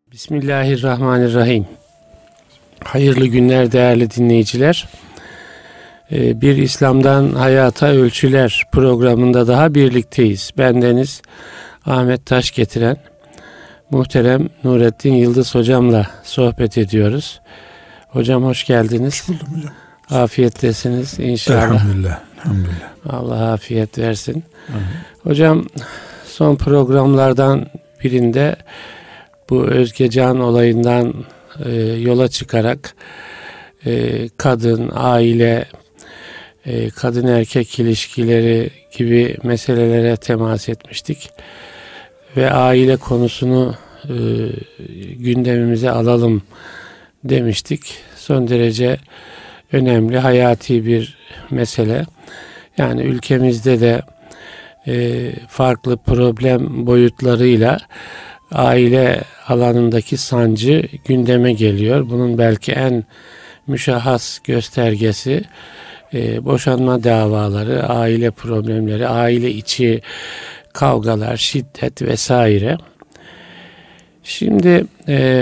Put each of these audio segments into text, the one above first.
Bismillahirrahmanirrahim. Hayırlı günler değerli dinleyiciler. Bir İslam'dan Hayata Ölçüler programında daha birlikteyiz. Bendeniz Ahmet Taş getiren muhterem Nurettin Yıldız hocamla sohbet ediyoruz. Hocam hoş geldiniz. Hoş buldum hocam. Afiyettesiniz inşallah. Elhamdülillah. Elhamdülillah. Allah afiyet versin. Amin. Hocam son programlardan birinde bu Özgecan olayından yola çıkarak kadın, aile, kadın erkek ilişkileri gibi meselelere temas etmiştik. Ve aile konusunu gündemimize alalım demiştik. Son derece önemli, hayati bir mesele. Yani ülkemizde de farklı problem boyutlarıyla aile alanındaki sancı gündeme geliyor. Bunun belki en müşahhas göstergesi boşanma davaları, aile problemleri, aile içi kavgalar, şiddet vesaire. Şimdi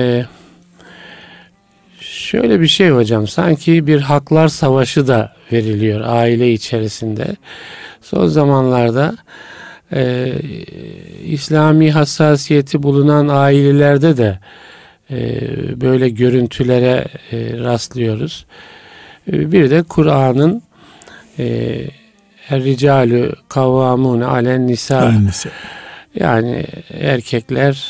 şöyle bir şey hocam, sanki bir haklar savaşı da veriliyor aile içerisinde. Son zamanlarda İslami hassasiyeti bulunan ailelerde de böyle görüntülere rastlıyoruz. Bir de Kur'an'ın Er-Ricalü kavvamûne alen nisa, yani erkekler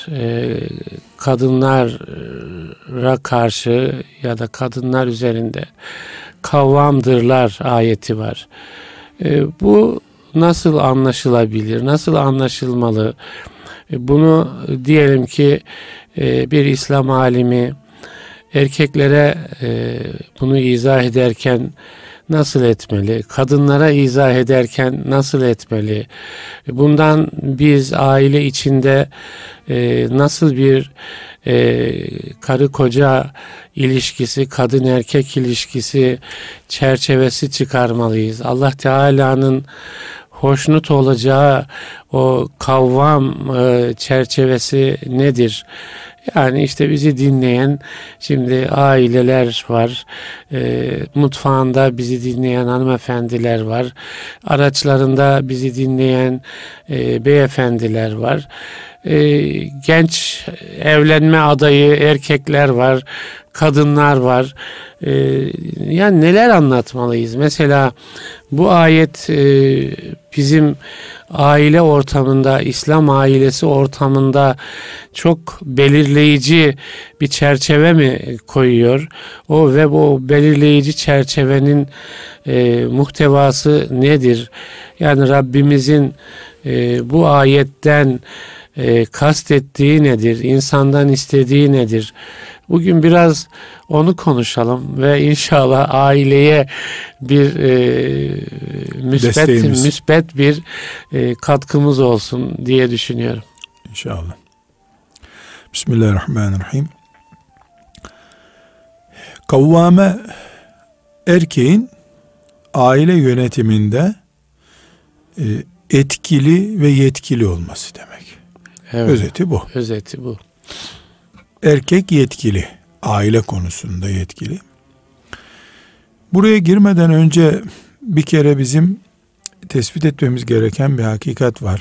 kadınlara karşı ya da kadınlar üzerinde kavvamdırlar ayeti var. Bu nasıl anlaşılabilir? Nasıl anlaşılmalı? Bunu diyelim ki bir İslam alimi erkeklere bunu izah ederken nasıl etmeli? Kadınlara izah ederken nasıl etmeli? Bundan biz aile içinde nasıl bir karı koca ilişkisi, kadın erkek ilişkisi çerçevesi çıkarmalıyız? Allah Teala'nın hoşnut olacağı o kavvam çerçevesi nedir? Yani işte bizi dinleyen şimdi aileler var, mutfağında bizi dinleyen hanımefendiler var, araçlarında bizi dinleyen beyefendiler var, genç evlenme adayı erkekler var, kadınlar var. Yani neler anlatmalıyız? Mesela bu ayet bizim aile ortamında, İslam ailesi ortamında çok belirleyici bir çerçeve mi koyuyor? Bu belirleyici çerçevenin muhtevası nedir? Yani Rabbimizin bu ayetten kastettiği nedir? İnsandan istediği nedir? Bugün biraz onu konuşalım ve inşallah aileye bir müsbet bir katkımız olsun diye düşünüyorum. İnşallah. Bismillahirrahmanirrahim. Kavvame, erkeğin aile yönetiminde etkili ve yetkili olması demek. Evet, özeti bu. Özeti bu. Erkek yetkili, aile konusunda yetkili. Buraya girmeden önce bir kere bizim tespit etmemiz gereken bir hakikat var.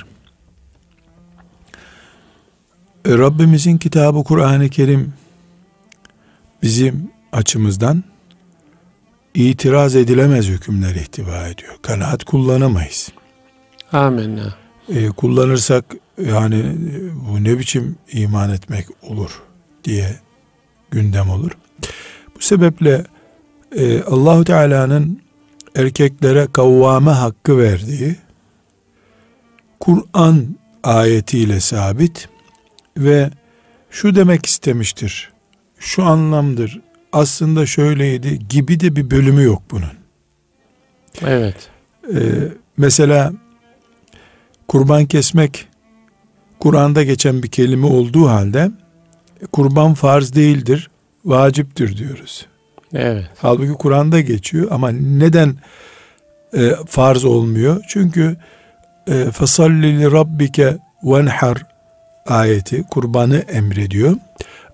Rabbimizin kitabı Kur'an-ı Kerim bizim açımızdan itiraz edilemez hükümler ihtiva ediyor. Kanaat kullanamayız. Amenna. Kullanırsak yani bu ne biçim iman etmek olur diye gündem olur. Bu sebeple Allahu Teala'nın erkeklere kavvame hakkı verdiği Kur'an ayetiyle sabit ve şu demek istemiştir, şu anlamdır, aslında şöyleydi gibi de bir bölümü yok bunun. Evet. Mesela kurban kesmek Kur'an'da geçen bir kelime olduğu halde kurban farz değildir, vaciptir diyoruz. Evet. Halbuki Kur'an'da geçiyor ama neden farz olmuyor? Çünkü فَصَلِّ لِرَبِّكَ وَنْحَرْ ayeti kurbanı emrediyor.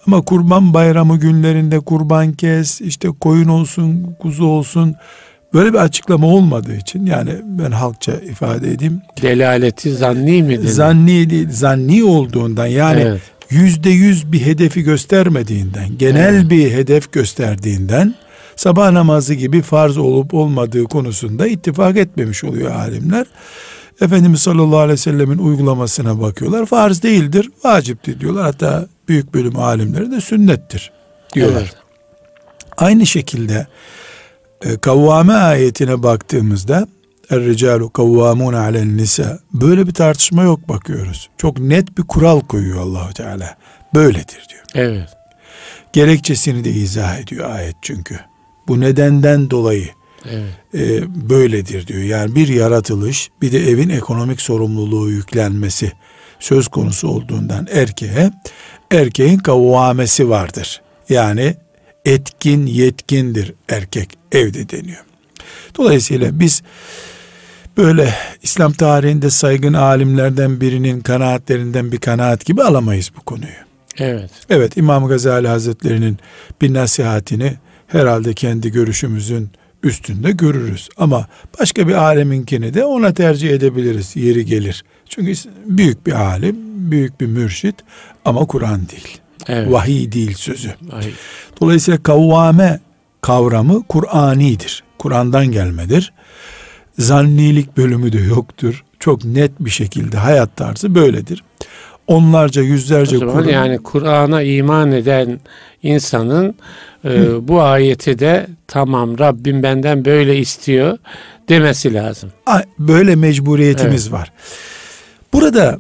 Ama kurban bayramı günlerinde kurban kes, işte koyun olsun, kuzu olsun, böyle bir açıklama olmadığı için, yani ben halkça ifade edeyim. Delaleti zanni mi dedi? Zanni değil, zanni olduğundan, yani Evet. %100 bir hedefi göstermediğinden, genel bir hedef gösterdiğinden, sabah namazı gibi farz olup olmadığı konusunda ittifak etmemiş oluyor alimler. Efendimiz sallallahu aleyhi ve sellemin uygulamasına bakıyorlar. Farz değildir, vaciptir diyorlar. Hatta büyük bölüm alimleri de sünnettir diyorlar. Evet. Aynı şekilde Kavvame ayetine baktığımızda Er-ricalu kavvamun alen nisa, böyle bir tartışma yok, bakıyoruz. Çok net bir kural koyuyor Allahu Teala. Böyledir diyor. Evet. Gerekçesini de izah ediyor ayet çünkü. Bu nedenden dolayı Evet. böyledir diyor. Yani bir yaratılış, bir de evin ekonomik sorumluluğu yüklenmesi söz konusu olduğundan erkeğin kavvamesi vardır. Yani etkin, yetkindir erkek evde deniyor. Dolayısıyla biz böyle İslam tarihinde saygın alimlerden birinin kanaatlerinden bir kanaat gibi alamayız bu konuyu. Evet. Evet, İmam Gazali Hazretleri'nin bir nasihatini herhalde kendi görüşümüzün üstünde görürüz. Ama başka bir aleminkini de ona tercih edebiliriz yeri gelir. Çünkü büyük bir alim, büyük bir mürşit ama Kur'an değil. Evet. Vahiy değil sözü. Ay, Dolayısıyla kavvame kavramı Kur'anidir. Kur'an'dan gelmedir. Zannilik bölümü de yoktur. Çok net bir şekilde hayat tarzı böyledir. Onlarca, yüzlerce o zaman Kur'an. yani Kur'an'a iman eden insanın bu ayeti de tamam Rabbim benden böyle istiyor demesi lazım. Böyle mecburiyetimiz var. Burada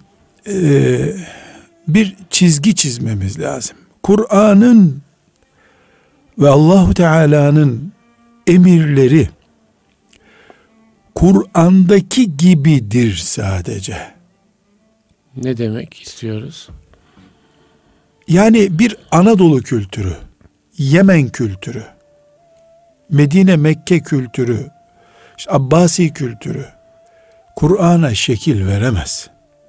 bir çizgi çizmemiz lazım. Kur'an'ın ve Allahu Teala'nın emirleri Kur'an'daki gibidir sadece. Ne demek istiyoruz? Yani bir Anadolu kültürü, Yemen kültürü, Medine Mekke kültürü, işte Abbasi kültürü Kur'an'a şekil veremez.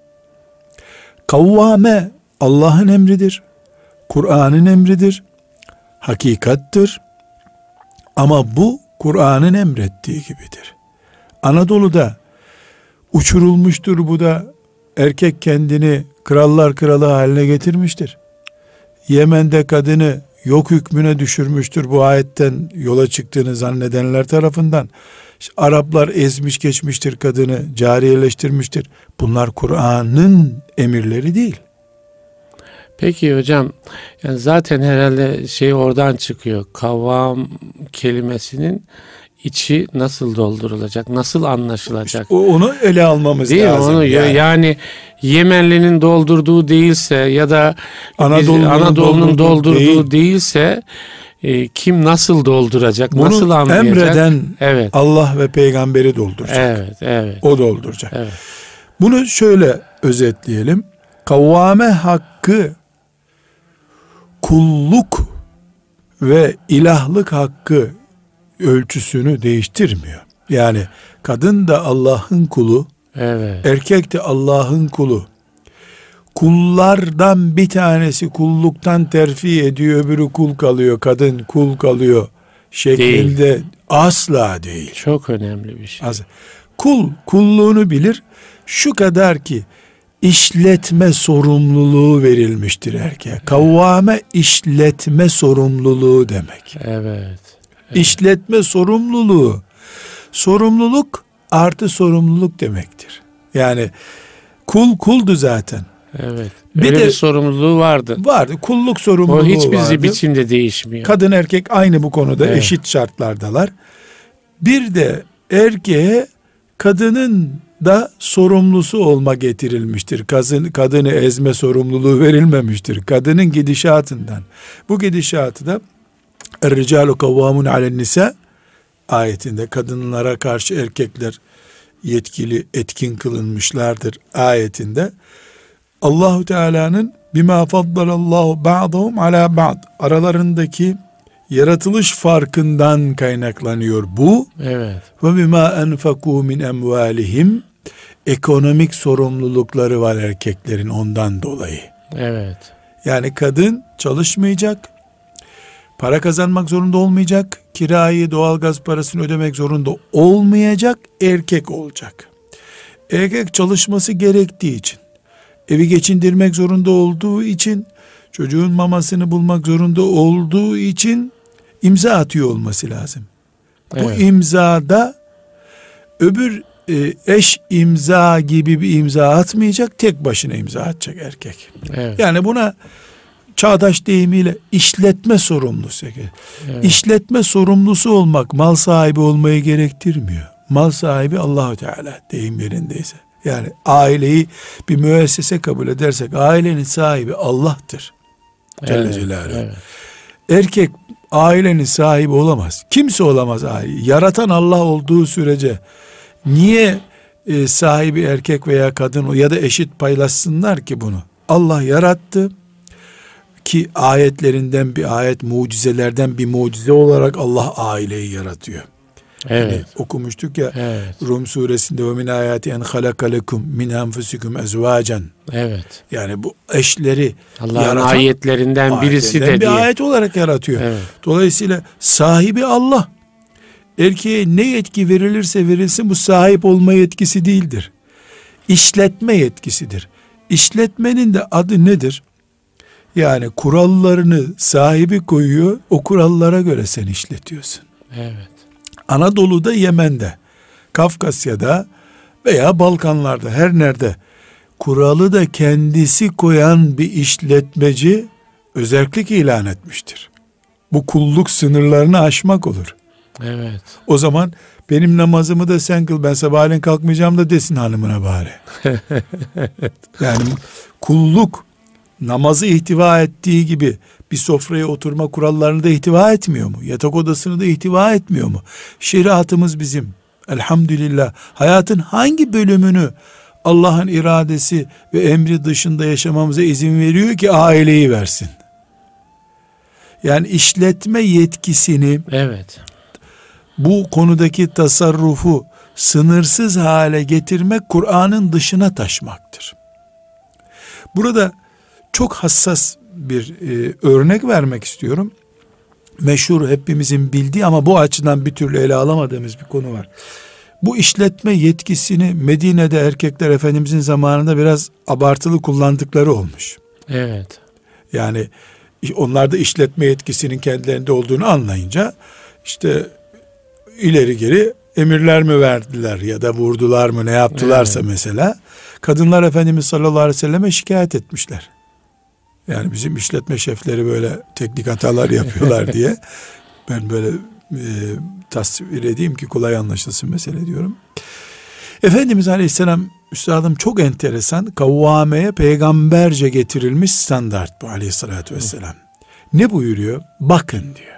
Kavvame Allah'ın emridir, Kur'an'ın emridir, hakikattır. Ama bu Kur'an'ın emrettiği gibidir. Anadolu'da uçurulmuştur bu da, erkek kendini krallar kralı haline getirmiştir. Yemen'de kadını yok hükmüne düşürmüştür bu ayetten yola çıktığını zannedenler tarafından. İşte Araplar ezmiş geçmiştir kadını, cariyeleştirmiştir. Bunlar Kur'an'ın emirleri değil. Peki hocam, yani zaten herhalde şey oradan çıkıyor. Kavvam kelimesinin içi nasıl doldurulacak, nasıl anlaşılacak? İşte onu ele almamız değil lazım. mi? Onu yani Yemenlinin doldurduğu değilse ya da Anadolu'nun doldurduğu değilse kim nasıl dolduracak, bunu nasıl anlayacak? Emreden evet. Allah ve peygamberi dolduracak. Evet, evet. O dolduracak. Evet. Bunu şöyle özetleyelim. Kavvame hakkı kulluk ve ilahlık hakkı ölçüsünü değiştirmiyor. Yani kadın da Allah'ın kulu, Evet. erkek de Allah'ın kulu. Kullardan bir tanesi kulluktan terfi ediyor, öbürü kul kalıyor, kadın kul kalıyor şeklinde asla değil. Çok önemli bir şey. Kul kulluğunu bilir. Şu kadar ki işletme sorumluluğu verilmiştir erkeğe. Kavvame işletme sorumluluğu demek. Evet. İşletme sorumluluğu. Sorumluluk artı sorumluluk demektir. Yani kul kuldu zaten. Evet. Bir Öyle de bir sorumluluğu vardı. Vardı. Kulluk sorumluluğu O hiçbir vardı. biçimde değişmiyor. Kadın erkek aynı bu konuda Evet. eşit şartlardalar. Bir de erkeğe kadının da sorumlusu olma getirilmiştir. Kadını ezme sorumluluğu verilmemiştir. Kadının gidişatından. Bu gidişatı da Er-ricalu kavvamun alen nisa ayetinde kadınlara karşı erkekler yetkili, etkin kılınmışlardır ayetinde Allahu Teala'nın bima faddalallahu ba'dahum ala ba'd aralarındaki yaratılış farkından kaynaklanıyor bu. Evet. Ve bima enfekû min emvalihim ekonomik sorumlulukları var erkeklerin ondan dolayı. Evet. Yani kadın çalışmayacak, para kazanmak zorunda olmayacak, kirayı, doğalgaz parasını ödemek zorunda olmayacak, erkek olacak. Erkek çalışması gerektiği için, evi geçindirmek zorunda olduğu için, çocuğun mamasını bulmak zorunda olduğu için imza atıyor olması lazım. Evet. Bu imzada öbür eş imza gibi bir imza atmayacak, tek başına imza atacak erkek. Evet. Yani buna çağdaş deyimiyle işletme sorumlusu. Evet. İşletme sorumlusu olmak mal sahibi olmayı gerektirmiyor. Mal sahibi Allahu Teala deyim yerindeyse. Yani aileyi bir müessese kabul edersek ailenin sahibi Allah'tır. Celle Celaluhu. Evet. Erkek ailenin sahibi olamaz. Kimse olamaz aile. Yaratan Allah olduğu sürece niye sahibi erkek veya kadın ya da eşit paylaşsınlar ki bunu? Allah yarattı ki ayetlerinden bir ayet, mucizelerden bir mucize olarak Allah aileyi yaratıyor. Evet. Yani okumuştuk ya, evet. Rum suresinde ve min ayati en halaka lekum min enfusikum ezvacen. Evet. Yani bu eşleri Allah'ın ayetlerinden birisi de bir diye. Ayet olarak yaratıyor. Evet. Dolayısıyla sahibi Allah. Erkeğe ne yetki verilirse verilsin bu sahip olma yetkisi değildir. İşletme yetkisidir. İşletmenin de adı nedir? Yani kurallarını sahibi koyuyor, o kurallara göre sen işletiyorsun. Evet. Anadolu'da, Yemen'de, Kafkasya'da veya Balkanlarda her nerede kuralı da kendisi koyan bir işletmeci özerklik ilan etmiştir. Bu kulluk sınırlarını aşmak olur. Evet. O zaman benim namazımı da sen kıl, ben sabahleyin kalkmayacağım da desin hanımına bari. Yani kulluk namazı ihtiva ettiği gibi bir sofraya oturma kurallarını da ihtiva etmiyor mu? Yatak odasını da ihtiva etmiyor mu? Şeriatımız bizim elhamdülillah hayatın hangi bölümünü Allah'ın iradesi ve emri dışında yaşamamıza izin veriyor ki aileyi versin? Yani işletme yetkisini, evet, bu konudaki tasarrufu sınırsız hale getirmek Kur'an'ın dışına taşmaktır. Burada çok hassas bir örnek vermek istiyorum. Meşhur, hepimizin bildiği ama bu açıdan bir türlü ele alamadığımız bir konu var. Bu işletme yetkisini Medine'de erkekler Efendimizin zamanında biraz abartılı kullandıkları olmuş. Evet. Yani onlar da işletme yetkisinin kendilerinde olduğunu anlayınca işte ileri geri emirler mi verdiler ya da vurdular mı, ne yaptılarsa, evet, mesela kadınlar Efendimiz sallallahu aleyhi ve selleme şikayet etmişler. Yani bizim işletme şefleri böyle teknik hatalar yapıyorlar diye. Ben böyle tasvir edeyim ki kolay anlaşılsın mesele diyorum. Efendimiz Aleyhisselam, üstadım, çok enteresan, kavvameye peygamberce getirilmiş standart bu Aleyhisselatü Vesselam. Ne buyuruyor? Bakın diyor.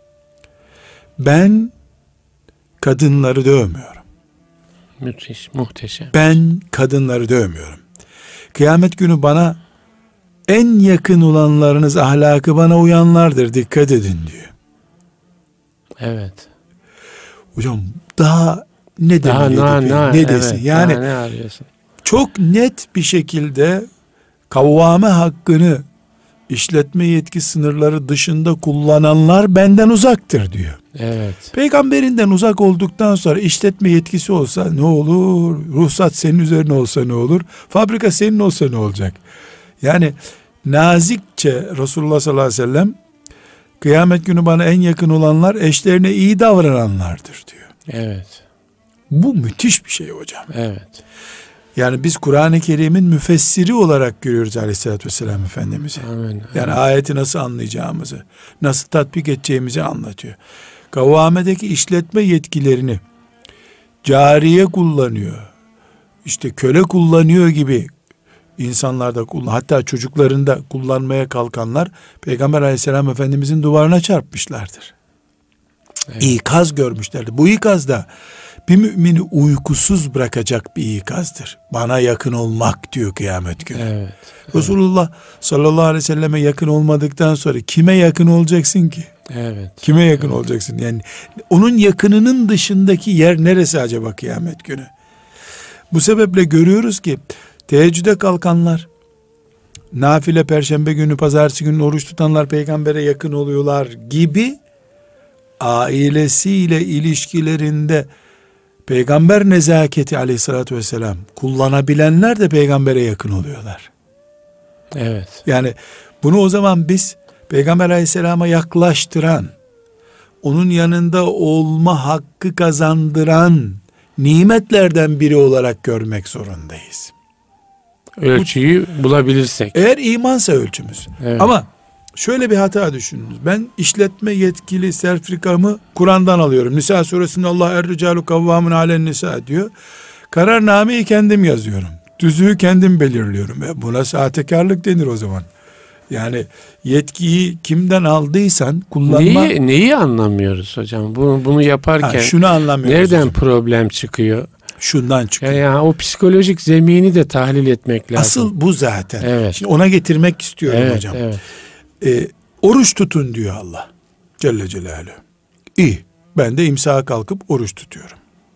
Ben kadınları dövmüyorum. Müthiş, muhteşem. Ben kadınları dövmüyorum. Kıyamet günü bana en yakın olanlarınız ahlakı bana uyanlardır, dikkat edin diyor. Evet. Hocam daha ne demeli, ne desin? Evet, yani ne arıyorsun? Çok net bir şekilde kavvame hakkını işletme yetki sınırları dışında kullananlar benden uzaktır diyor. Evet. Peygamberinden uzak olduktan sonra işletme yetkisi olsa ne olur? Ruhsat senin üzerine olsa ne olur? Fabrika senin olsa ne olacak? Yani nazikçe Resulullah sallallahu aleyhi ve sellem, kıyamet günü bana en yakın olanlar eşlerine iyi davrananlardır diyor. Evet. Bu müthiş bir şey hocam. Evet. Yani biz Kur'an-ı Kerim'in müfessiri olarak görüyoruz Aleyhisselatü Vesselam Efendimiz'i. Amin. Yani ayeti nasıl anlayacağımızı, nasıl tatbik edeceğimizi anlatıyor. Kavvamedeki işletme yetkilerini cariye kullanıyor, işte köle kullanıyor gibi insanlarda, hatta çocuklarında kullanmaya kalkanlar Peygamber Aleyhisselam Efendimizin duvarına çarpmışlardır. Evet. İkaz görmüşlerdi. Bu ikaz da bir mümini uykusuz bırakacak bir ikazdır. Bana yakın olmak diyor kıyamet günü. Evet. Resulullah sallallahu aleyhi ve selleme yakın olmadıktan sonra kime yakın olacaksın ki? Evet. Kime yakın olacaksın? Yani onun yakınının dışındaki yer neresi acaba kıyamet günü? Bu sebeple görüyoruz ki teheccüde kalkanlar, nafile perşembe günü, pazartesi günü oruç tutanlar peygambere yakın oluyorlar gibi, ailesiyle ilişkilerinde peygamber nezaketi aleyhissalatü vesselam kullanabilenler de peygambere yakın oluyorlar. Evet. Yani bunu o zaman biz peygamber aleyhisselama yaklaştıran, onun yanında olma hakkı kazandıran nimetlerden biri olarak görmek zorundayız. Ölçüyü bulabilirsek. Eğer imansa ölçümüz. Evet. Ama şöyle bir hata düşününüz. Ben işletme yetkili sertifikamı Kur'an'dan alıyorum. Nisa suresinde Allah er-ricalu kavvamun alen nisa diyor. Kararnameyi kendim yazıyorum. Tüzüğü kendim belirliyorum. Buna sahtekarlık denir o zaman. Yani yetkiyi kimden aldıysan kullanma... Neyi anlamıyoruz hocam? Bunu yaparken şunu anlamıyoruz nereden hocam. Problem çıkıyor? Şundan çıkıyor. Yani o psikolojik zemini de tahlil etmek lazım. Asıl bu zaten. Evet. Şimdi ona getirmek istiyorum hocam. Evet. Oruç tutun diyor Allah Celle Celaluhu. İyi. Ben de imsaha kalkıp oruç tutuyorum.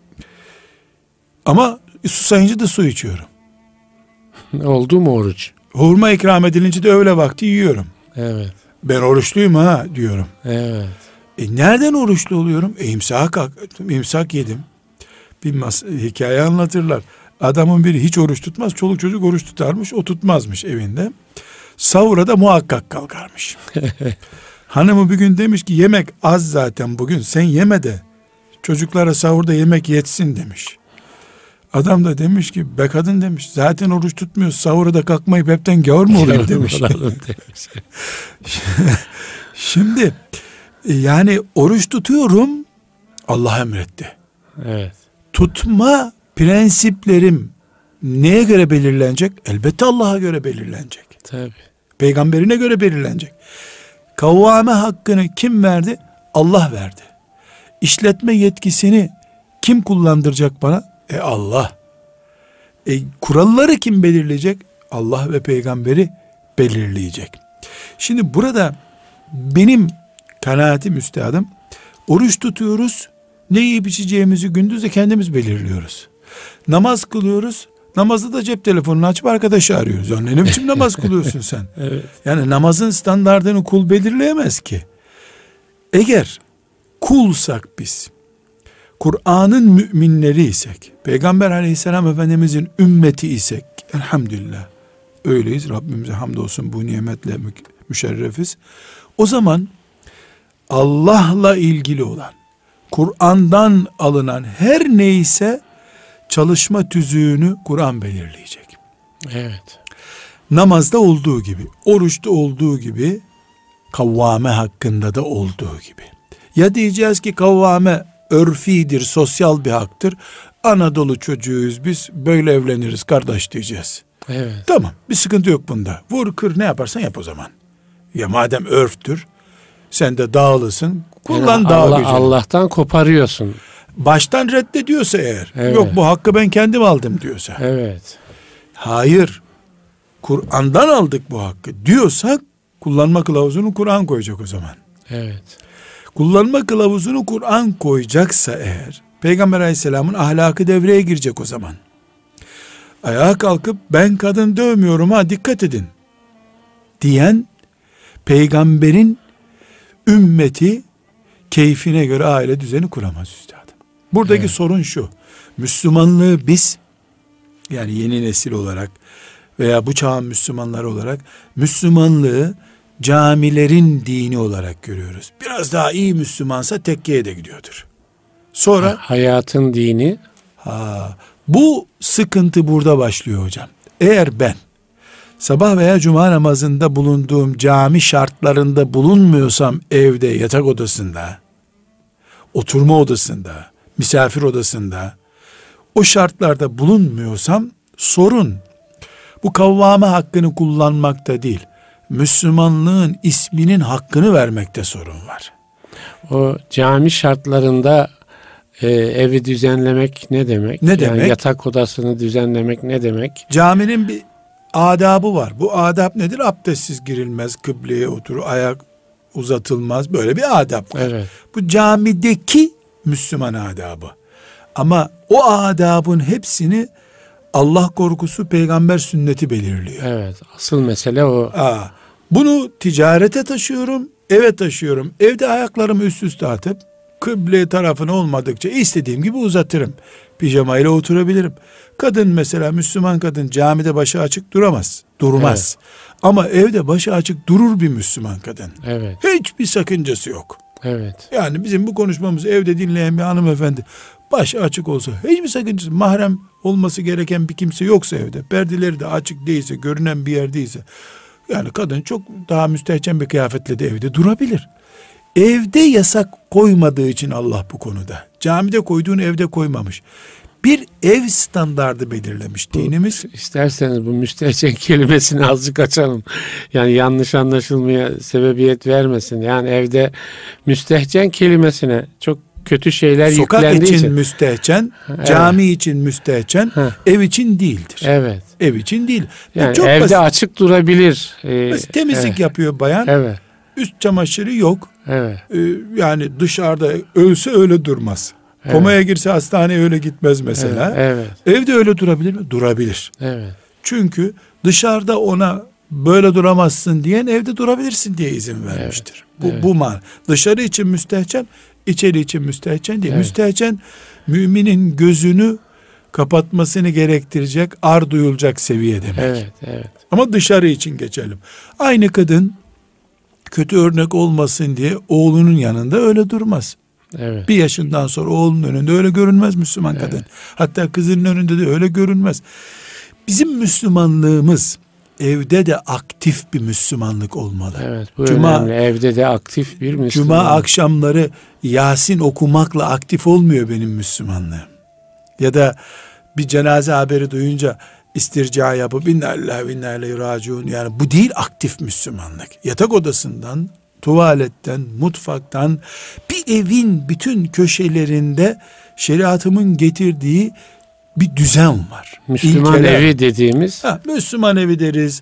Ama susayınca da su içiyorum. Oldu mu oruç? Hurma ikram edilince de öğle vakti yiyorum. Evet. Ben oruçluyum ha diyorum. Evet. Nereden oruçlu oluyorum? İmsak yedim. Bir hikaye anlatırlar. Adamın biri hiç oruç tutmaz. Çoluk çocuk oruç tutarmış. O tutmazmış evinde. Sahura da muhakkak kalkarmış. Hanımı bir gün demiş ki yemek az zaten bugün. Sen yeme de çocuklara sahurda yemek yetsin demiş. Adam da demiş ki be kadın demiş. Zaten oruç tutmuyoruz. Sahura da kalkmayıp hepten gavur mu olayım demiş. Şimdi yani oruç tutuyorum. Allah emretti. Evet. Tutma prensiplerim neye göre belirlenecek? Elbette Allah'a göre belirlenecek. Tabii. Peygamberine göre belirlenecek. Kavvame hakkını kim verdi? Allah verdi. İşletme yetkisini kim kullandıracak bana? Allah. Kuralları kim belirleyecek? Allah ve peygamberi belirleyecek. Şimdi burada benim kanaatim üstadım, oruç tutuyoruz, ne yiyip içeceğimizi gündüz de kendimiz belirliyoruz. Namaz kılıyoruz, namazda da cep telefonunu açıp arkadaşı arıyoruz. Yani ne biçim namaz kılıyorsun sen? Evet. Yani namazın standardını kul belirleyemez ki. Eğer kulsak biz, Kur'an'ın müminleri isek, Peygamber aleyhisselam efendimizin ümmeti isek, elhamdülillah öyleyiz. Rabbimize hamdolsun bu nimetle müşerrefiz. O zaman Allah'la ilgili olan, Kur'an'dan alınan her neyse çalışma tüzüğünü Kur'an belirleyecek. Evet. Namazda olduğu gibi, oruçta olduğu gibi, kavvame hakkında da olduğu gibi. Ya diyeceğiz ki kavvame örfidir, sosyal bir haktır. Anadolu çocuğuyuz biz, böyle evleniriz kardeş diyeceğiz. Evet. Tamam, bir sıkıntı yok bunda. Vur kır ne yaparsan yap o zaman. Ya madem örftür, sen de dağlısın, kullan yani dağ gücünü. Allah'tan koparıyorsun. Baştan reddediyorsa eğer, evet. Yok bu hakkı ben kendim aldım diyorsa. Evet. Hayır, Kur'an'dan aldık bu hakkı diyorsak, kullanma kılavuzunu Kur'an koyacak o zaman. Evet. Kullanma kılavuzunu Kur'an koyacaksa eğer, Peygamber aleyhisselamın ahlakı devreye girecek o zaman. Ayağa kalkıp ben kadın dövmüyorum ha dikkat edin diyen peygamberin ümmeti keyfine göre aile düzeni kuramaz üstadım. Buradaki sorun şu: Müslümanlığı biz, yani yeni nesil olarak veya bu çağın Müslümanları olarak, Müslümanlığı camilerin dini olarak görüyoruz. Biraz daha iyi Müslümansa tekkeye de gidiyordur. Sonra hayatın dini. Bu sıkıntı burada başlıyor hocam. Eğer ben sabah veya cuma namazında bulunduğum cami şartlarında bulunmuyorsam, evde, yatak odasında, oturma odasında, misafir odasında, o şartlarda bulunmuyorsam, sorun bu kavvame hakkını kullanmakta değil, Müslümanlığın isminin hakkını vermekte sorun var. O cami şartlarında evi düzenlemek ne demek? Ne demek? Yani yatak odasını düzenlemek ne demek? Caminin bir adabı var. Bu adab nedir? Abdestsiz girilmez, kıbleye oturur, ayak uzatılmaz. Böyle bir adab var. Evet. Bu camideki Müslüman adabı. Ama o adabın hepsini Allah korkusu, peygamber sünneti belirliyor. Evet, asıl mesele o. Bunu ticarete taşıyorum, eve taşıyorum. Evde ayaklarımı üst üste atıp kıble tarafına olmadıkça istediğim gibi uzatırım. Pijamayla oturabilirim. Kadın mesela, Müslüman kadın camide başı açık duramaz. Durmaz. Evet. Ama evde başı açık durur bir Müslüman kadın. Evet. Hiçbir sakıncası yok. Evet. Yani bizim bu konuşmamızı evde dinleyen bir hanımefendi başı açık olsa hiçbir sakıncası, mahrem olması gereken bir kimse yoksa evde, perdeleri de açık değilse, görünen bir yer değilse, yani kadın çok daha müstehcen bir kıyafetle de evde durabilir. Evde yasak koymadığı için Allah bu konuda. Camide koyduğunu evde koymamış. Bir ev standardı belirlemiş dinimiz. İsterseniz bu müstehcen kelimesini azıcık açalım. Yani yanlış anlaşılmaya sebebiyet vermesin. Yani evde müstehcen kelimesine çok kötü şeyler yüklendiği için. Sokak için müstehcen, cami için müstehcen, ev için değildir. Evet. Ev için değil. Yani çok evde basit. Açık durabilir. Temizlik yapıyor bayan. Evet. Üst çamaşırı yok. Evet. Yani dışarıda ölse öyle durmaz. Evet. Komaya girse hastaneye öyle gitmez mesela. Evet. Evde öyle durabilir mi? Durabilir. Evet. Çünkü dışarıda ona böyle duramazsın diyen evde durabilirsin diye izin vermiştir. Evet. Bu man. Dışarı için müstehcen, içeri için müstehcen değil. Evet. Müstehcen, müminin gözünü kapatmasını gerektirecek, ar duyulacak seviye demek. Evet. Ama dışarı için geçelim. Aynı kadın kötü örnek olmasın diye oğlunun yanında öyle durmaz. Evet. Bir yaşından sonra oğlunun önünde öyle görünmez Müslüman kadın. Hatta kızının önünde de öyle görünmez. Bizim Müslümanlığımız evde de aktif bir Müslümanlık olmalı. Evet, bu önemli. Evde de aktif bir Müslüman. Cuma akşamları Yasin okumakla aktif olmuyor benim Müslümanlığım. Ya da bir cenaze haberi duyunca istirca yapıp inna lillahi ve inna ileyhi raciun, yani bu değil aktif Müslümanlık. Yatak odasından, tuvaletten, mutfaktan, bir evin bütün köşelerinde şeriatımın getirdiği bir düzen var. Müslüman İlkeler. Evi dediğimiz. Müslüman evi deriz.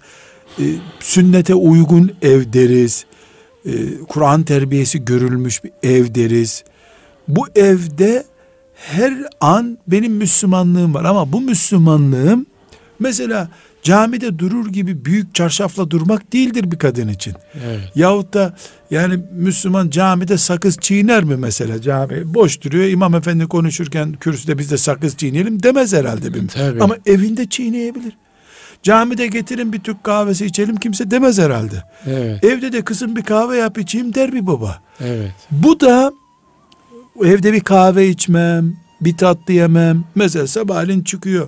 Sünnete uygun ev deriz. Kur'an terbiyesi görülmüş bir ev deriz. Bu evde her an benim Müslümanlığım var, ama bu Müslümanlığım mesela camide durur gibi büyük çarşafla durmak değildir bir kadın için. Evet. Yahut da yani Müslüman camide sakız çiğner mi mesela? Cami boş duruyor, imam efendi konuşurken kürsüde biz de sakız çiğneyelim demez herhalde. Tabii. Ama evinde çiğneyebilir. Camide getirin bir Türk kahvesi içelim kimse demez herhalde. Evet. Evde de kızım bir kahve yap içeyim der bir baba. Evet. Bu da evde bir kahve içmem, bir tatlı yemem. Mesela sabahleyin çıkıyor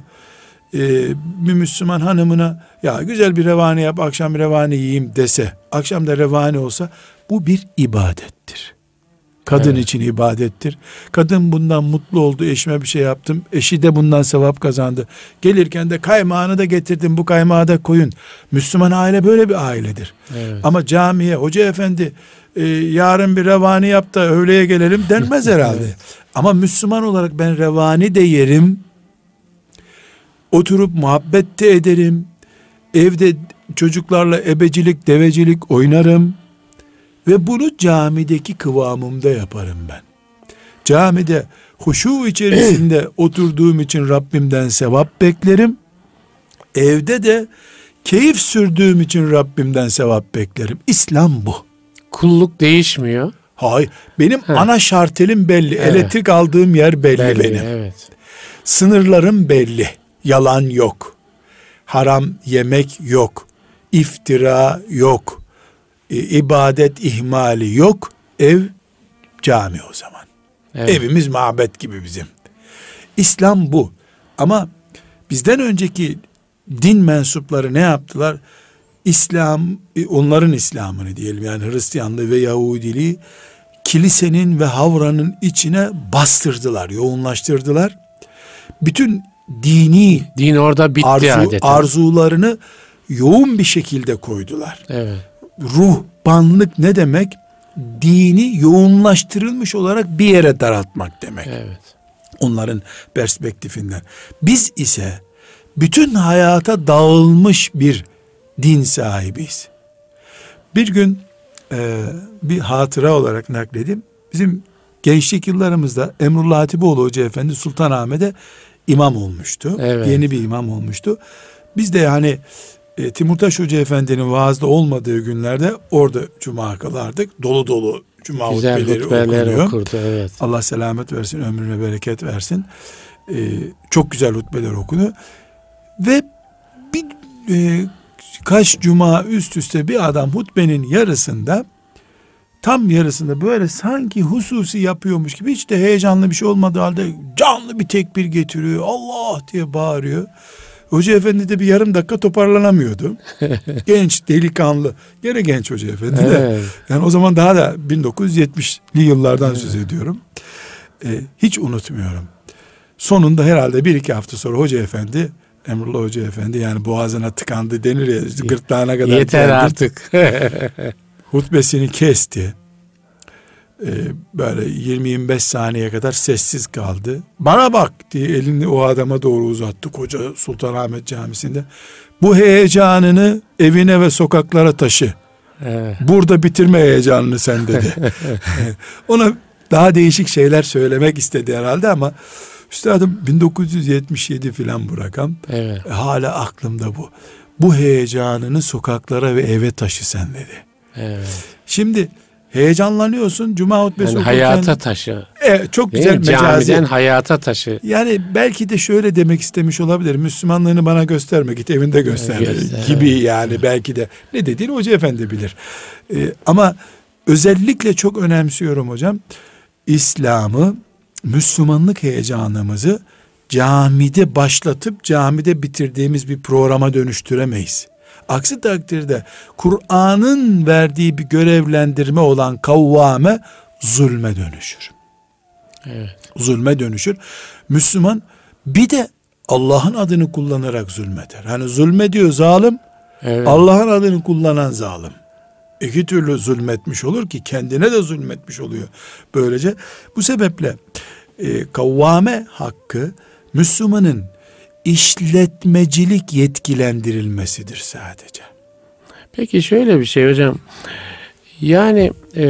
bir Müslüman hanımına, ya güzel bir revani yap, akşam revani yiyeyim dese, akşam da revani olsa, bu bir ibadettir. Kadın için ibadettir. Kadın bundan mutlu oldu, eşime bir şey yaptım, eşi de bundan sevap kazandı. Gelirken de kaymağını da getirdim, bu kaymağı da koyun. Müslüman aile böyle bir ailedir. Evet. Ama camiye hoca efendi yarın bir revani yap da öğleye gelelim denmez herhalde. Evet. Ama Müslüman olarak ben revani de yerim, oturup muhabbet de ederim, evde çocuklarla ebecilik, devecilik oynarım ve bunu camideki kıvamımda yaparım ben. Camide huşu içerisinde oturduğum için Rabbimden sevap beklerim. Evde de keyif sürdüğüm için Rabbimden sevap beklerim. İslam bu. Kulluk değişmiyor. Hayır. Benim ana şartelim belli. Evet. Elektrik aldığım yer belli benim. Evet. Sınırlarım belli. Yalan yok. Haram yemek yok. İftira yok. İbadet ihmali yok. Ev cami o zaman. Evet. Evimiz mabet gibi bizim. İslam bu. Ama bizden önceki din mensupları ne yaptılar? İslam, onların İslam'ını diyelim, yani Hristiyanlığı ve Yahudiliği kilisenin ve havranın içine bastırdılar, yoğunlaştırdılar. Bütün din orada bitti adeta. Arzularını yoğun bir şekilde koydular. Evet. Ruhbanlık ne demek? Dini yoğunlaştırılmış olarak bir yere daraltmak demek. Evet. Onların perspektifinden. Biz ise bütün hayata dağılmış bir din sahibiyiz. Bir gün bir hatıra olarak nakledeyim. Bizim gençlik yıllarımızda Emrullah Hatipoğlu Hoca Efendi Sultanahmet'e imam olmuştu. Evet. Yeni bir imam olmuştu. Biz de yani Timurtaş Hoca Efendi'nin vaazda olmadığı günlerde orada cuma kılardık. Dolu dolu cuma hutbeleri okunuyor. Okurdu, evet. Allah selamet versin, ömrüne bereket versin. Çok güzel hutbeler okunuyor. Ve bir kaç cuma üst üste bir adam hutbenin yarısında, tam yarısında böyle sanki hususi yapıyormuş gibi, hiç de heyecanlı bir şey olmadığı halde canlı bir tekbir getiriyor. Allah diye bağırıyor. Hoca Efendi de bir yarım dakika toparlanamıyordu. Genç, delikanlı. Gene genç Hoca Efendi de. Evet. Yani o zaman daha da 1970'li yıllardan söz ediyorum. Hiç unutmuyorum. Sonunda herhalde 1-2 hafta sonra Hoca Efendi, Emrullah Hoca Efendi, yani boğazına tıkandı denir ya, gırtlağına kadar yeter geldi. artık. Hutbesini kesti. Böyle 20-25 saniye kadar sessiz kaldı. Bana bak diye elini o adama doğru uzattı, koca Sultanahmet Camisi'nde. Bu heyecanını evine ve sokaklara taşı. Evet. Burada bitirme heyecanını sen dedi. Ona daha değişik şeyler söylemek istedi herhalde ama üstadım 1977 filan bu rakam. Evet. Hala aklımda bu. Bu heyecanını sokaklara ve eve taşı sen dedi. Evet. Şimdi heyecanlanıyorsun cuma hutbesi Yani okurken. hayata taşı. Çok güzel mecazi. Camiden hayata taşı. Yani belki de şöyle demek istemiş olabilir. Müslümanlığını bana gösterme, git evinde göster gibi yani, belki de ne dediğini Hoca Efendi bilir. Ama özellikle çok önemsiyorum hocam. İslam'ı, Müslümanlık heyecanımızı camide başlatıp camide bitirdiğimiz bir programa dönüştüremeyiz. Aksi takdirde Kur'an'ın verdiği bir görevlendirme olan kavvame zulme dönüşür. Evet. Zulme dönüşür. Müslüman bir de Allah'ın adını kullanarak zulmeder. Hani zulme diyor zalim, Evet. Allah'ın adını kullanan zalim. İki türlü zulmetmiş olur ki kendine de zulmetmiş oluyor. Böylece bu sebeple kavvame hakkı Müslümanın işletmecilik yetkilendirilmesidir sadece. Peki şöyle bir şey hocam. Yani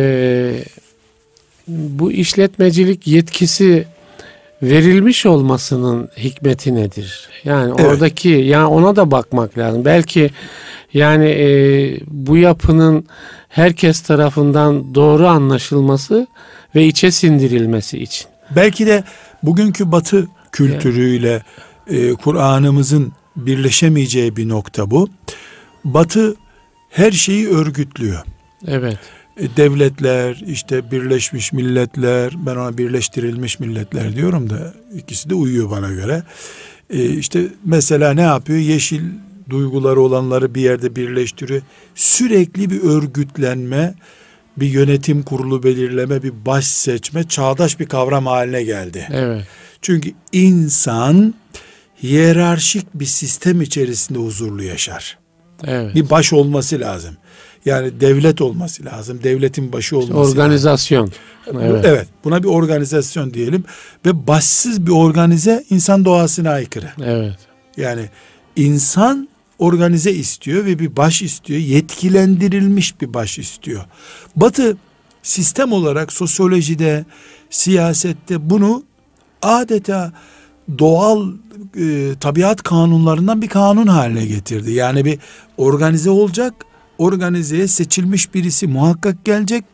bu işletmecilik yetkisi verilmiş olmasının hikmeti nedir? Yani Evet. oradaki, yani ona da bakmak lazım. Belki yani bu yapının herkes tarafından doğru anlaşılması ve içe sindirilmesi için. Belki de bugünkü Batı kültürüyle Kur'an'ımızın birleşemeyeceği bir nokta bu. Batı her şeyi örgütlüyor. Evet. Devletler, işte Birleşmiş Milletler, ben ona Birleştirilmiş Milletler diyorum da ikisi de uyuyor bana göre. İşte mesela ne yapıyor? Yeşil duyguları olanları bir yerde birleştiriyor. Sürekli bir örgütlenme, bir yönetim kurulu belirleme, bir baş seçme çağdaş bir kavram haline geldi. Evet. Çünkü insan hiyerarşik bir sistem içerisinde huzurlu yaşar. Evet. Bir baş olması lazım. Yani devlet olması lazım. Devletin başı olması lazım. Organizasyon. Evet. Evet. Buna bir organizasyon diyelim. Ve başsız bir organize insan doğasına aykırı. Evet. Yani insan organize istiyor ve bir baş istiyor. Yetkilendirilmiş bir baş istiyor. Batı sistem olarak sosyolojide, siyasette bunu adeta doğal tabiat kanunlarından bir kanun haline getirdi. Yani bir organize olacak, organizeye seçilmiş birisi muhakkak gelecek.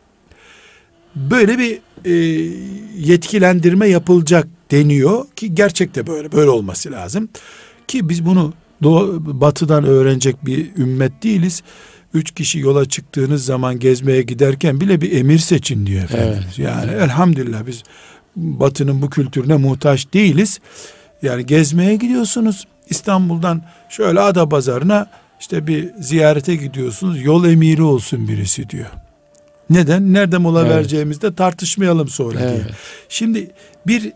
Böyle bir yetkilendirme yapılacak deniyor ki gerçekte böyle olması lazım. Ki biz bunu Batı'dan öğrenecek bir ümmet değiliz. 3 kişi yola çıktığınız zaman gezmeye giderken bile bir emir seçin diyor Efendimiz. Evet. Yani elhamdülillah biz Batı'nın bu kültürüne muhtaç değiliz. Yani gezmeye gidiyorsunuz. İstanbul'dan şöyle Adapazarı'na işte bir ziyarete gidiyorsunuz. Yol emiri olsun birisi diyor. Neden? Nerede mola vereceğimizde tartışmayalım sonra diye. Şimdi bir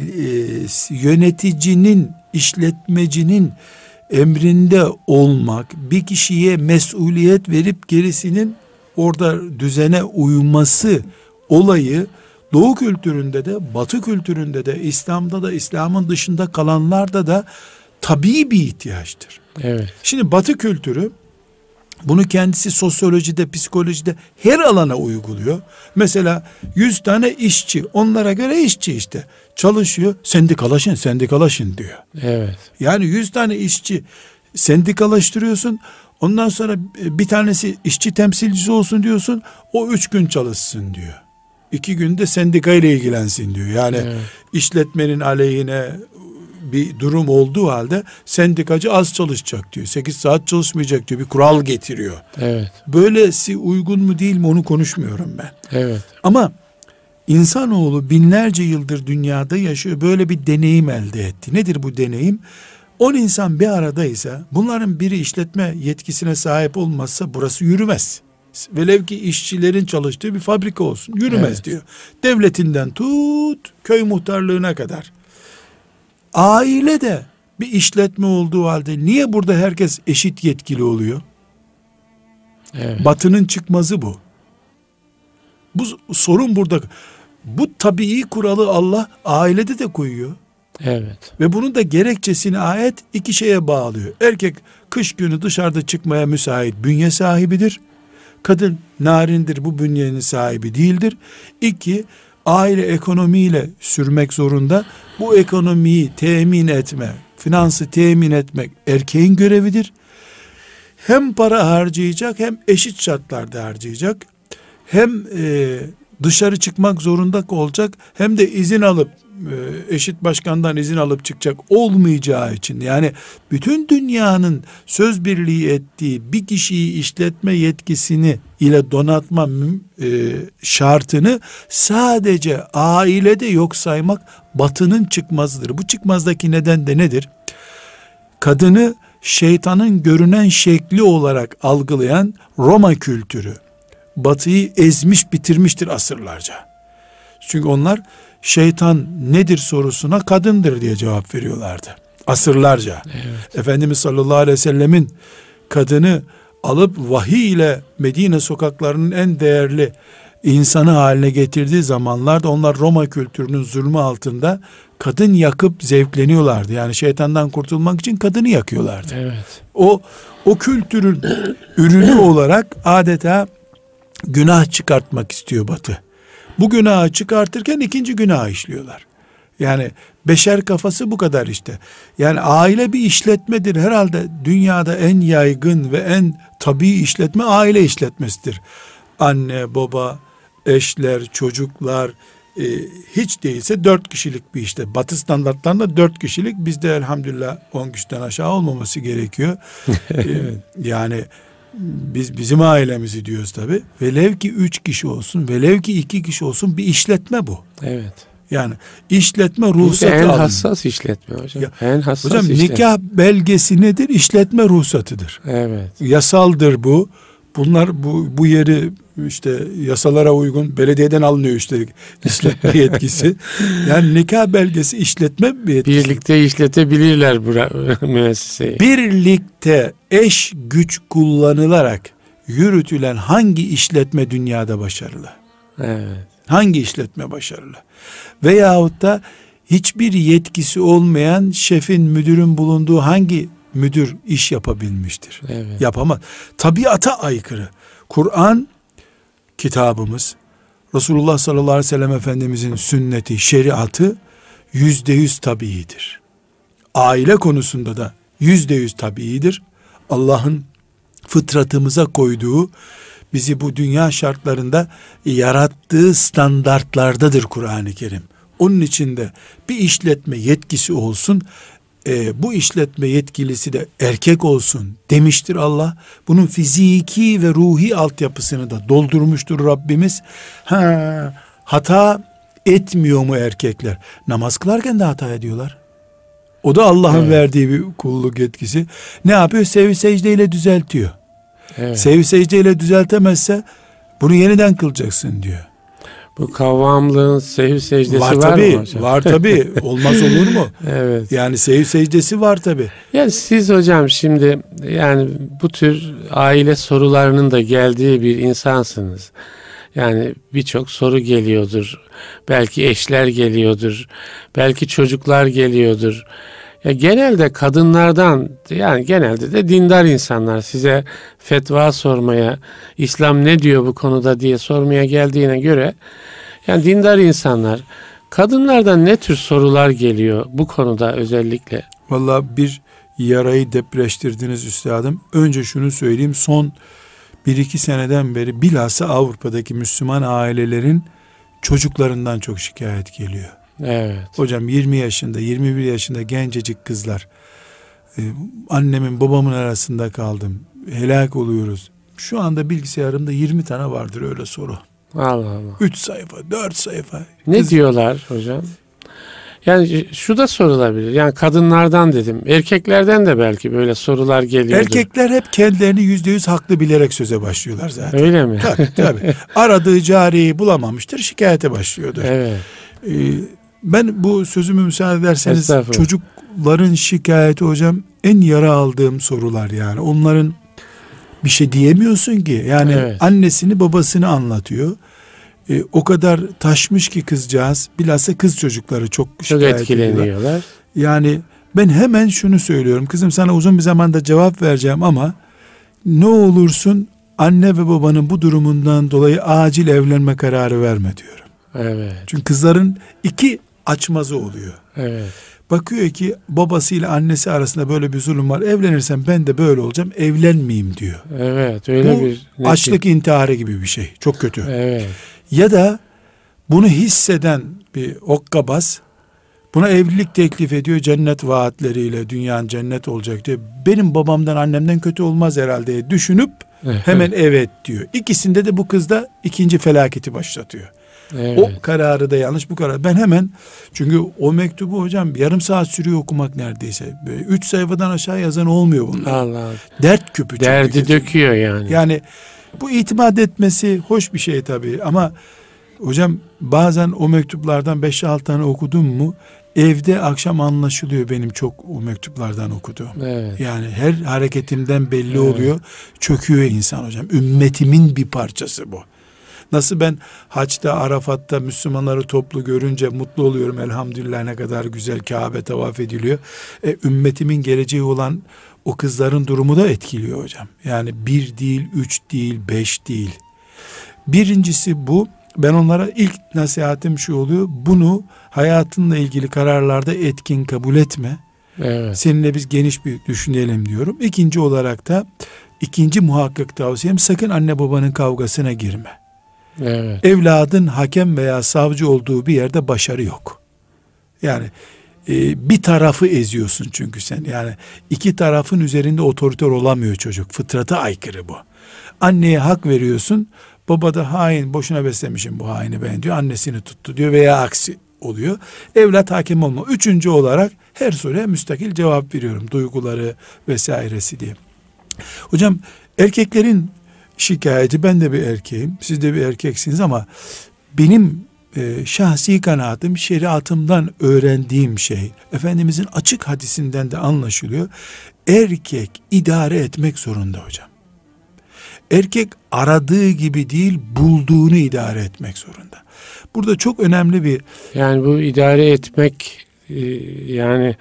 yöneticinin, işletmecinin emrinde olmak, bir kişiye mesuliyet verip gerisinin orada düzene uyması olayı Doğu kültüründe de, Batı kültüründe de, İslam'da da, İslam'ın dışında kalanlarda da tabii bir ihtiyaçtır. Evet. Şimdi Batı kültürü Bunu kendisi sosyolojide, psikolojide her alana uyguluyor. Mesela 100 tane işçi, onlara göre işçi işte çalışıyor. Sendikalaşın diyor. Evet. Yani 100 tane işçi sendikalaştırıyorsun. Ondan sonra bir tanesi işçi temsilcisi olsun diyorsun. O 3 gün çalışsın diyor. 2 günde sendikayla ilgilensin diyor. Yani işletmenin aleyhine bir durum olduğu halde sendikacı az çalışacak diyor. 8 saat çalışmayacak diyor. Bir kural getiriyor. Evet. Böylesi uygun mu değil mi onu konuşmuyorum ben. Evet. Ama insanoğlu binlerce yıldır dünyada yaşıyor. Böyle bir deneyim elde etti. Nedir bu deneyim? 10 insan bir aradaysa bunların biri işletme yetkisine sahip olmazsa burası yürümez. Velev ki işçilerin çalıştığı bir fabrika olsun. Yürümez diyor. Devletinden tut köy muhtarlığına kadar. Aile de bir işletme olduğu halde niye burada herkes eşit yetkili oluyor? Evet. Batının çıkmazı bu. Bu sorun burada. Bu tabii kuralı Allah ailede de koyuyor. Evet. Ve bunun da gerekçesini ayet 2 şeye bağlıyor. Erkek kış günü dışarıda çıkmaya müsait bünye sahibidir. Kadın narindir, bu bünyenin sahibi değildir. 2, aile ekonomiyle sürmek zorunda. Bu ekonomiyi temin etme, finansı temin etmek erkeğin görevidir. Hem para harcayacak hem eşit şartlarda harcayacak. Hem dışarı çıkmak zorunda olacak hem de izin alıp eşit başkandan izin alıp çıkacak olmayacağı için, yani bütün dünyanın söz birliği ettiği bir kişiyi işletme yetkisini ile donatma şartını sadece ailede yok saymak batının çıkmazıdır. Bu çıkmazdaki neden de nedir? Kadını şeytanın görünen şekli olarak algılayan Roma kültürü batıyı ezmiş bitirmiştir asırlarca. Çünkü onlar şeytan nedir sorusuna kadındır diye cevap veriyorlardı. Asırlarca. Evet. Efendimiz sallallahu aleyhi ve sellemin kadını alıp vahiy ile Medine sokaklarının en değerli insanı haline getirdiği zamanlarda onlar Roma kültürünün zulmü altında kadın yakıp zevkleniyorlardı. Yani şeytandan kurtulmak için kadını yakıyorlardı. Evet. O kültürün ürünü olarak adeta günah çıkartmak istiyor Batı. Bu günahı çıkartırken ikinci günah işliyorlar. Yani beşer kafası bu kadar işte. Yani aile bir işletmedir. Herhalde dünyada en yaygın ve en tabii işletme aile işletmesidir. Anne, baba, eşler, çocuklar, hiç değilse 4 kişilik bir işte. Batı standartlarında 4 kişilik, bizde elhamdülillah 10 kişiden aşağı olmaması gerekiyor. Yani bizim ailemizi diyoruz tabi. Velev ki 3 kişi olsun, velev ki 2 kişi olsun, bir işletme bu. Evet. Yani işletme ruhsatı en alın. hassas işletme hocam. En hassas hocam işletme. Nikah belgesi nedir? İşletme ruhsatıdır. Evet. Yasaldır bu. Bunlar bu yeri işte yasalara uygun belediyeden alınıyor işte işletme yetkisi. Yani nikah belgesi işletme yetkisi. Birlikte işletebilirler bu müesseseyi. Birlikte eş güç kullanılarak yürütülen hangi işletme dünyada başarılı? Evet. Hangi işletme başarılı? Veyahut da hiçbir yetkisi olmayan şefin, müdürün bulunduğu hangi müdür iş yapabilmiştir? Evet. Yapamaz. Tabiata aykırı. Kur'an kitabımız, Resulullah sallallahu aleyhi ve sellem Efendimizin sünneti, şeriatı %100 tabiidir. Aile konusunda da %100 tabiidir. Allah'ın fıtratımıza koyduğu, bizi bu dünya şartlarında yarattığı standartlardadır Kur'an-ı Kerim. Onun için de bir işletme yetkisi olsun, bu işletme yetkilisi de erkek olsun demiştir Allah. Bunun fiziki ve ruhi altyapısını da doldurmuştur Rabbimiz. Hata etmiyor mu erkekler? Namaz kılarken de hata ediyorlar. O da Allah'ın verdiği bir kulluk yetkisi. Ne yapıyor? Sev secdeyle düzeltiyor. Evet. Sev secdeyle düzeltemezse bunu yeniden kılacaksın diyor. Bu kavvamlığın sehiv secdesi var tabii, mı hocam? Var tabii. Olmaz olur mu? Evet. Yani sehiv secdesi var tabii. Yani siz hocam şimdi yani bu tür aile sorularının da geldiği bir insansınız. Yani birçok soru geliyordur. Belki eşler geliyordur. Belki çocuklar geliyordur. Genelde kadınlardan, yani genelde de dindar insanlar size fetva sormaya, İslam ne diyor bu konuda diye sormaya geldiğine göre, yani dindar insanlar, kadınlardan ne tür sorular geliyor bu konuda özellikle? Vallahi bir yarayı depreştirdiniz üstadım. Önce şunu söyleyeyim, son 1-2 seneden beri bilhassa Avrupa'daki Müslüman ailelerin çocuklarından çok şikayet geliyor. Evet. Hocam 20 yaşında, 21 yaşında gencecik kızlar, annemin babamın arasında kaldım, helak oluyoruz. Şu anda bilgisayarımda 20 tane vardır öyle soru. Allah Allah. 3 sayfa, 4 sayfa. Ne diyorlar hocam? Yani şu da sorulabilir. Yani kadınlardan dedim. Erkeklerden de belki böyle sorular geliyordur. Erkekler hep kendilerini %100 haklı bilerek söze başlıyorlar zaten. Öyle mi? Tabii. Aradığı cariyeyi bulamamıştır, şikayete başlıyordur. Evet. Ben bu sözümü müsaade ederseniz, çocukların şikayeti hocam en yara aldığım sorular yani. Onların bir şey diyemiyorsun ki. Yani evet, annesini babasını anlatıyor. O kadar taşmış ki kızcağız, bilhassa kız çocukları çok şikayet etkileniyorlar. Yani ben hemen şunu söylüyorum. Kızım, sana uzun bir zamanda cevap vereceğim ama ne olursun anne ve babanın bu durumundan dolayı acil evlenme kararı verme diyorum. Evet. Çünkü kızların iki açmazı oluyor. Evet. Bakıyor ki babasıyla annesi arasında böyle bir zulüm var. Evlenirsem ben de böyle olacağım. Evlenmeyeyim diyor. Evet. Öyle bu bir açlık intiharı gibi bir şey. Çok kötü. Evet. Ya da bunu hisseden bir okkabaz buna evlilik teklif ediyor, cennet vaatleriyle, dünyanın cennet olacak diyor. Benim babamdan annemden kötü olmaz herhalde diye düşünüp hemen evet diyor. İkisinde de bu kız da ikinci felaketi başlatıyor. Evet. O kararı da yanlış, bu karar. Ben hemen, çünkü o mektubu hocam yarım saat sürüyor okumak neredeyse. Böyle 3 sayfadan aşağı yazan olmuyor bunlar. Allah. Dert küpü. Derdi döküyor yani. Yani bu itimat etmesi hoş bir şey tabii ama hocam bazen o mektuplardan 5-6 tane okudum mu evde akşam anlaşılıyor benim çok o mektuplardan okuduğum. Evet. Yani her hareketimden belli oluyor. Çöküyor insan hocam. Ümmetimin bir parçası bu. Nasıl ben haçta, Arafat'ta Müslümanları toplu görünce mutlu oluyorum. Elhamdülillah ne kadar güzel Kabe tavaf ediliyor. Ümmetimin geleceği olan o kızların durumu da etkiliyor hocam. Yani 1 değil, 3 değil, 5 değil. Birincisi bu. Ben onlara ilk nasihatim şu oluyor. Bunu hayatınla ilgili kararlarda etkin kabul etme. Evet. Seninle biz geniş bir düşünelim diyorum. İkinci olarak da ikinci muhakkak tavsiyem, sakın anne babanın kavgasına girme. Evet. Evladın hakem veya savcı olduğu bir yerde başarı yok. Yani bir tarafı eziyorsun çünkü sen. Yani iki tarafın üzerinde otoriter olamıyor çocuk. Fıtrata aykırı bu. Anneye hak veriyorsun. Baba da hain, boşuna beslemişim bu haini ben diyor. Annesini tuttu diyor veya aksi oluyor. Evlat hakem olma. Üçüncü olarak her soruya müstakil cevap veriyorum. Duyguları vesairesi diye. Hocam erkeklerin şikayeti, ben de bir erkeğim, siz de bir erkeksiniz ama benim şahsi kanaatim, şeriatımdan öğrendiğim şey, Efendimizin açık hadisinden de anlaşılıyor. Erkek idare etmek zorunda hocam. Erkek aradığı gibi değil, bulduğunu idare etmek zorunda. Burada çok önemli bir... Yani bu idare etmek yani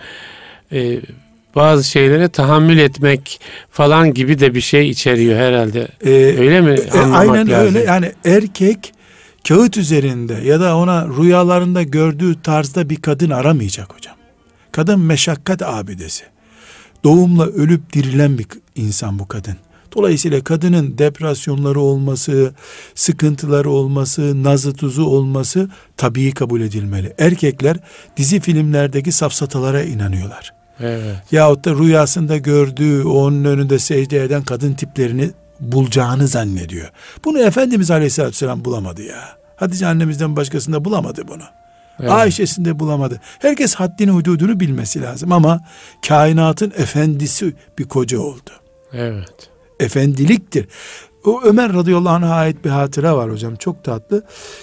bazı şeylere tahammül etmek falan gibi de bir şey içeriyor herhalde. Öyle mi anlamak aynen lazım? Öyle. Yani erkek kağıt üzerinde ya da ona rüyalarında gördüğü tarzda bir kadın aramayacak hocam. Kadın meşakkat abidesi. Doğumla ölüp dirilen bir insan bu kadın. Dolayısıyla kadının depresyonları olması, sıkıntıları olması, nazı tuzu olması tabii kabul edilmeli. Erkekler dizi filmlerdeki safsatalara inanıyorlar. Evet. Yahut da rüyasında gördüğü, onun önünde secde eden kadın tiplerini bulacağını zannediyor. Bunu Efendimiz Aleyhisselatü Vesselam bulamadı ya. Hatice annemizden başkasında bulamadı bunu. Evet. Ayşe'sinde bulamadı. Herkes haddini hududunu bilmesi lazım ama kainatın efendisi bir koca oldu. Evet. Efendiliktir. O Ömer radıyallahu anh'a ait bir hatıra var hocam, çok tatlı.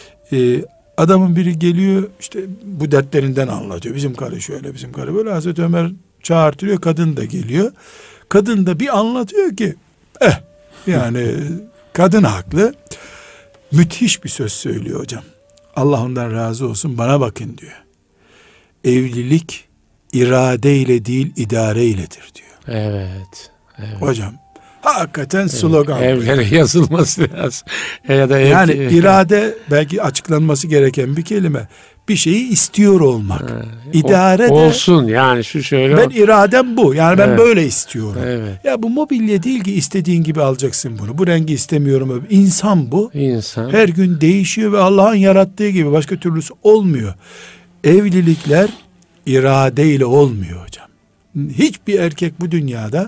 Adamın biri geliyor, işte bu dertlerinden anlatıyor. Bizim karı şöyle, bizim karı böyle. Hazreti Ömer çağırtıyor, kadın da geliyor. Kadın da bir anlatıyor ki yani kadın haklı. Müthiş bir söz söylüyor hocam. Allah ondan razı olsun, bana bakın diyor. Evlilik irade ile değil idare iledir diyor. Evet. Evet. Hocam hakikaten slogan. Evlere yazılması lazım. Ya da yani irade belki açıklanması gereken bir kelime. Bir şeyi istiyor olmak. İdare de olsun yani şu şöyle. Ben iradem bu. Yani ben böyle istiyorum. Evet. Ya bu mobilya değil ki istediğin gibi alacaksın bunu. Bu rengi istemiyorum. İnsan bu. İnsan. Her gün değişiyor ve Allah'ın yarattığı gibi başka türlüsü olmuyor. Evlilikler iradeyle olmuyor hocam. Hiçbir erkek bu dünyada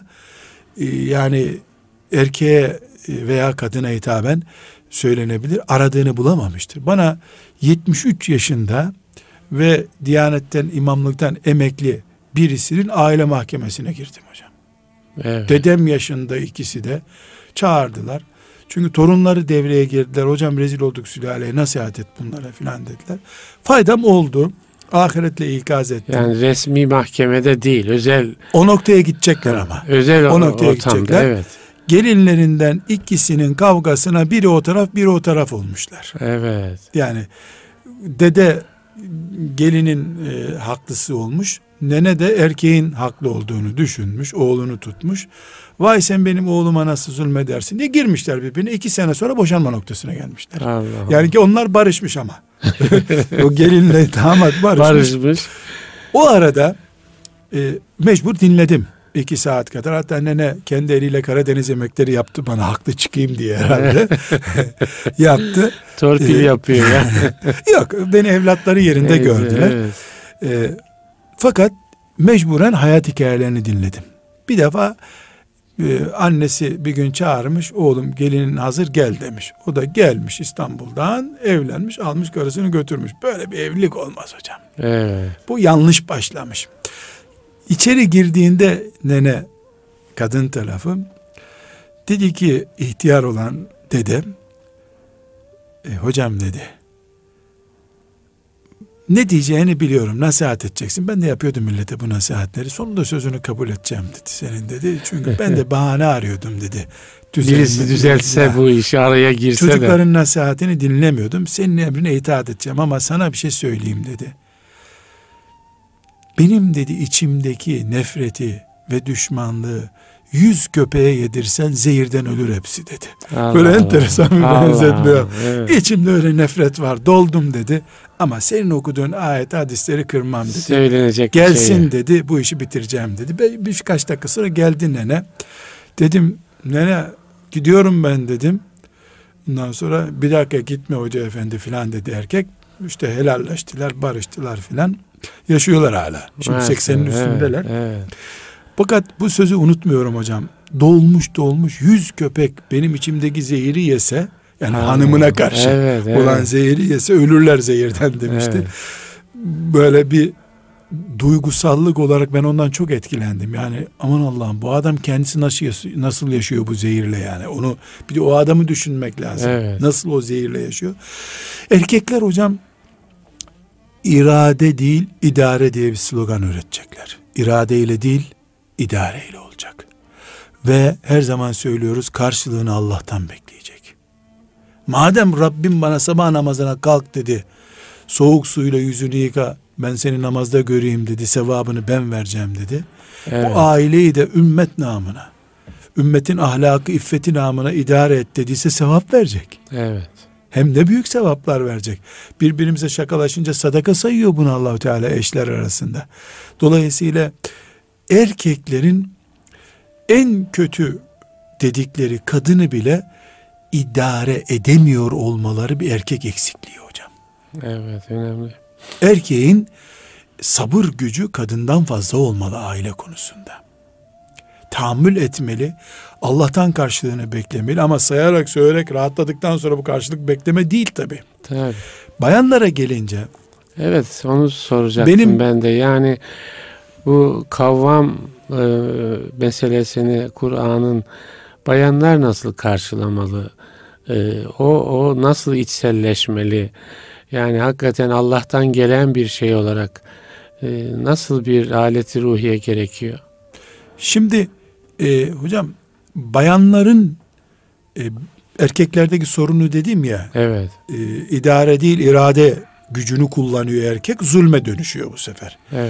yani erkeğe veya kadına hitaben söylenebilir aradığını bulamamıştır. Bana 73 yaşında ve Diyanet'ten, imamlıktan emekli birisinin aile mahkemesine girdim hocam. Evet. Dedem yaşında ikisi de çağırdılar. Çünkü torunları devreye girdiler. Hocam rezil olduk sülaleye, nasihat et bunlara filan dediler. Faydam oldu. Ahiretle ikaz ettim. Yani resmi mahkemede değil, özel. O noktaya gidecekler ama. Özel o noktaya ortamda, gidecekler. evet. Gelinlerinden ikisinin kavgasına biri o taraf biri o taraf olmuşlar. Evet. Yani dede gelinin haklısı olmuş. Nene de erkeğin haklı olduğunu düşünmüş. Oğlunu tutmuş. Vay sen benim oğluma nasıl zulmedersin diye girmişler birbirine. 2 sene sonra boşanma noktasına gelmişler. Allah yani ki onlar barışmış ama. O gelinle damat barışmış. O arada mecbur dinledim. 2 saat kadar. Hatta nene kendi eliyle Karadeniz yemekleri yaptı bana haklı çıkayım diye herhalde. Yaptı. Torpil yapıyor ya. Yok, beni evlatları yerinde evet, gördüler. Evet. Fakat mecburen hayat hikayelerini dinledim. Bir defa annesi bir gün çağırmış, oğlum gelinin hazır gel demiş. O da gelmiş İstanbul'dan, evlenmiş, almış karısını götürmüş. Böyle bir evlilik olmaz hocam. Evet. Bu yanlış başlamış. İçeri girdiğinde nene, kadın tarafı, dedi ki ihtiyar olan dedem, hocam dedi, ne diyeceğini biliyorum, nasihat edeceksin. Ben de yapıyordum millete bu nasihatleri. Sonunda sözünü kabul edeceğim dedi senin dedi. Çünkü ben de bahane arıyordum dedi. Birisi düzeltse bu işi, araya girse çocukların nasihatini dinlemiyordum. Senin emrine itaat edeceğim ama sana bir şey söyleyeyim dedi. Benim dedi içimdeki nefreti ve düşmanlığı 100 köpeğe yedirsen zehirden ölür hepsi dedi. Allah böyle Allah. enteresan bir benzetme. Evet. İçimde öyle nefret var, doldum dedi. Ama senin okuduğun ayet hadisleri kırmam dedi. Söylenecek gelsin şey. dedi, bu işi bitireceğim dedi. Birkaç dakika sonra geldi nene. Dedim nene gidiyorum ben dedim. Ondan sonra bir dakika gitme hoca efendi filan dedi erkek. İşte helalleştiler, barıştılar filan. Yaşıyorlar hala. Şimdi 80'in üstündeler. Evet. Fakat bu sözü unutmuyorum hocam. Dolmuş 100 köpek benim içimdeki zehiri yese, yani hanımına karşı olan zehiri yese ölürler zehirden demişti. Evet. Böyle bir duygusallık olarak ben ondan çok etkilendim. Yani aman Allah'ım bu adam kendisi nasıl yaşıyor bu zehirle yani. Onu bir de o adamı düşünmek lazım. Evet. Nasıl o zehirle yaşıyor? Erkekler hocam irade değil idare diye bir slogan üretecekler. İradeyle değil idareyle olacak. Ve her zaman söylüyoruz karşılığını Allah'tan bekleyecek. Madem Rabbim bana sabah namazına kalk dedi, soğuk suyla yüzünü yıka, ben seni namazda göreyim dedi, sevabını ben vereceğim dedi. Evet. Bu aileyi de ümmet namına, ümmetin ahlakı, iffeti namına idare et dediyse sevap verecek. Evet. Hem de büyük sevaplar verecek. Birbirimize şakalaşınca sadaka sayıyor bunu Allah-u Teala eşler arasında. Dolayısıyla erkeklerin en kötü dedikleri kadını bile idare edemiyor olmaları bir erkek eksikliği hocam. Evet, önemli. Erkeğin sabır gücü kadından fazla olmalı aile konusunda. Tahammül etmeli, Allah'tan karşılığını beklemeli ama sayarak söyleyerek rahatladıktan sonra bu karşılık bekleme değil tabii. Tabii. Bayanlara gelince, evet, onu soracaktım ben de. Yani bu kavvam meselesini Kur'an'ın bayanlar nasıl karşılamalı? O nasıl içselleşmeli? Yani hakikaten Allah'tan gelen bir şey olarak nasıl bir aleti ruhiye gerekiyor? Şimdi hocam bayanların erkeklerdeki sorunu dedim ya. Evet. İdare değil irade gücünü kullanıyor erkek, zulme dönüşüyor bu sefer. Evet.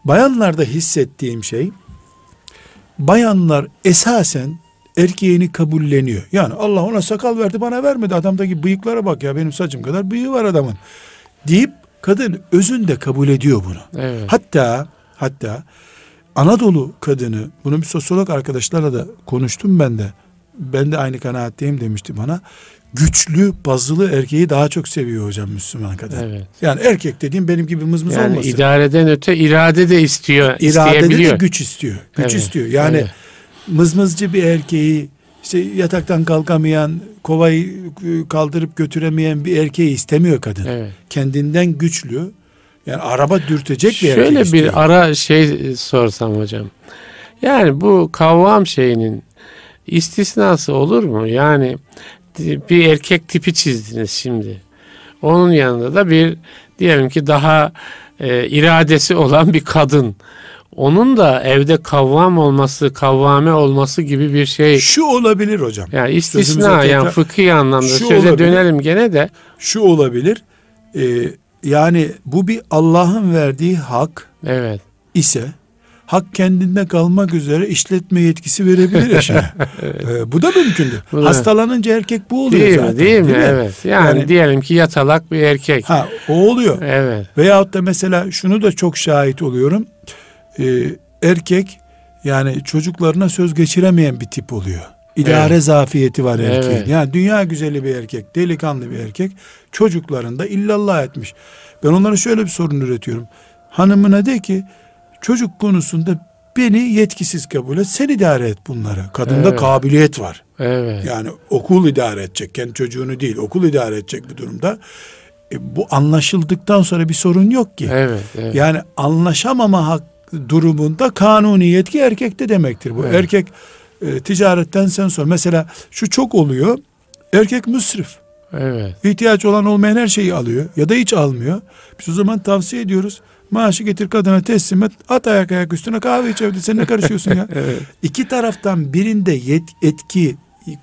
Bayanlarda hissettiğim şey, bayanlar esasen erkeğini kabulleniyor. Yani Allah ona sakal verdi, bana vermedi. Adamdaki bıyıklara bak ya, benim saçım kadar bıyığı var adamın deyip kadın özünde kabul ediyor bunu. Evet. Hatta Anadolu kadını, bunu bir sosyolog arkadaşlarla da konuştum ben de. Ben de aynı kanaatteyim demişti bana. Güçlü, bazılı erkeği daha çok seviyor hocam Müslüman kadın. Evet. Yani erkek dediğim benim gibi mızmız yani olmasın. idareden öte irade de istiyor, İradede isteyebiliyor. de güç istiyor. Güç Evet, istiyor. Yani evet. mızmızcı bir erkeği, işte yataktan kalkamayan, kovayı kaldırıp götüremeyen bir erkeği istemiyor kadın. Evet. Kendinden güçlü, yani araba dürtecek bir erkek Şöyle istiyor. bir ara sorsam hocam. Yani bu kavvam şeyinin istisnası olur mu? Yani bir erkek tipi çizdiniz şimdi. Onun yanında da bir diyelim ki daha iradesi olan bir kadın. Onun da evde kavvam olması, kavvame olması gibi bir şey. Şu olabilir hocam. Yani Sözümüze istisna, yani fıkhi anlamda Şu söze olabilir. dönelim gene de. Şu olabilir. Yani bu bir Allah'ın verdiği hak Evet. ise hak kendinde kalmak üzere işletme yetkisi verebilir eşine. Bu da mümkündür. Bu da. Hastalanınca erkek bu oluyor Değil zaten. mi? Değil mi? Evet. Yani diyelim ki yatalak bir erkek. O oluyor. Evet. Veyahut da mesela şunu da çok şahit oluyorum. Erkek yani çocuklarına söz geçiremeyen bir tip oluyor. İdare zafiyeti var erkeğin. Evet. Yani dünya güzeli bir erkek, delikanlı bir erkek, çocuklarında illallah etmiş. Ben onlara şöyle bir sorun üretiyorum. Hanımına de ki, çocuk konusunda beni yetkisiz kabul et, sen idare et bunları. Kadında kabiliyet var. Evet. Yani okul idare edecek, kendi çocuğunu değil, okul idare edecek bir durumda. Bu anlaşıldıktan sonra bir sorun yok ki. Evet. Evet. Yani anlaşamama durumunda kanuni yetki erkekte demektir bu. Evet. Erkek ticaretten sen sor. Mesela şu çok oluyor. Erkek müsrif. Evet. İhtiyaç olan olmayan her şeyi alıyor ya da hiç almıyor. Biz o zaman tavsiye ediyoruz. Maaşı getir kadına teslim et. At ayak üstüne kahve iç evde. Sen ne karışıyorsun ya? Evet. İki taraftan birinde yetki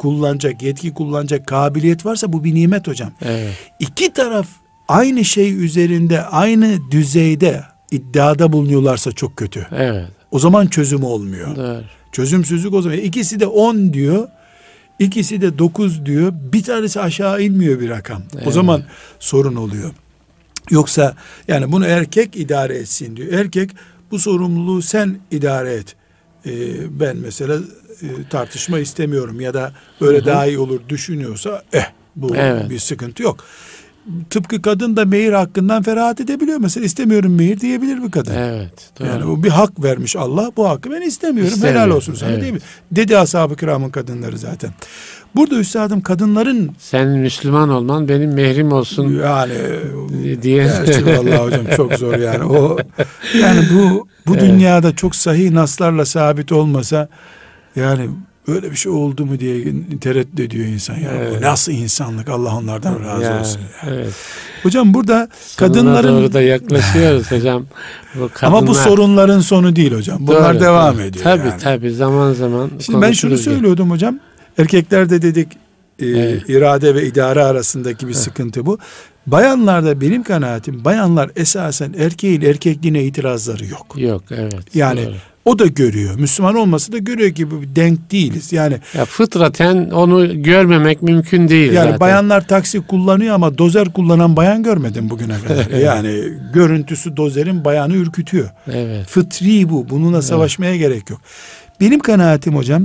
kullanacak kabiliyet varsa bu bir nimet hocam. Evet. İki taraf aynı şey üzerinde, aynı düzeyde iddiada bulunuyorlarsa çok kötü. Evet. O zaman çözüm olmuyor. Doğru. Çözümsüzlük o zaman. İkisi de 10 diyor. İkisi de 9 diyor. Bir tanesi aşağı inmiyor bir rakam. Evet. O zaman sorun oluyor. Yoksa yani bunu erkek idare etsin diyor. Erkek bu sorumluluğu sen idare et. Ben mesela tartışma istemiyorum ya da böyle daha iyi olur düşünüyorsa bu bir sıkıntı yok. Tıpkı kadın da mehir hakkından ferahat edebiliyor. Mesela istemiyorum mehir diyebilir bir kadın. Evet. Doğru. Yani bu bir hak vermiş Allah. Bu hakkı ben istemiyorum. Helal olsun sana değil mi? Dedi ashab-ı kiramın kadınları zaten. Burada üstadım kadınların senin Müslüman olman benim mehrim olsun. Yani diye. Gerçi vallahi hocam çok zor yani. Yani bu dünyada çok sahih naslarla sabit olmasa yani öyle bir şey oldu mu diye tereddüt ediyor insan ya. Bu nasıl insanlık? Allah onlardan razı olsun. Evet. Hocam burada sonuna kadınların doğru da yaklaşıyoruz hocam. Ama bu sorunların sonu değil hocam. Bunlar doğru, devam ediyor. Tabii zaman zaman. Şimdi ben şunu söylüyordum hocam. Erkeklerde dedik irade ve idare arasındaki bir sıkıntı bu. Bayanlarda benim kanaatim, bayanlar esasen erkeğin erkekliğine itirazları yok. Yok, evet. Yani doğru. o da görüyor. Müslüman olması da görüyor ki bu denk değiliz. Yani ya fıtraten onu görmemek mümkün değil yani zaten. bayanlar taksi kullanıyor ama dozer kullanan bayan görmedim bugüne kadar. Yani görüntüsü dozerin bayanı ürkütüyor. Evet. Fıtri bu. Bununla savaşmaya gerek yok. Benim kanaatim hocam,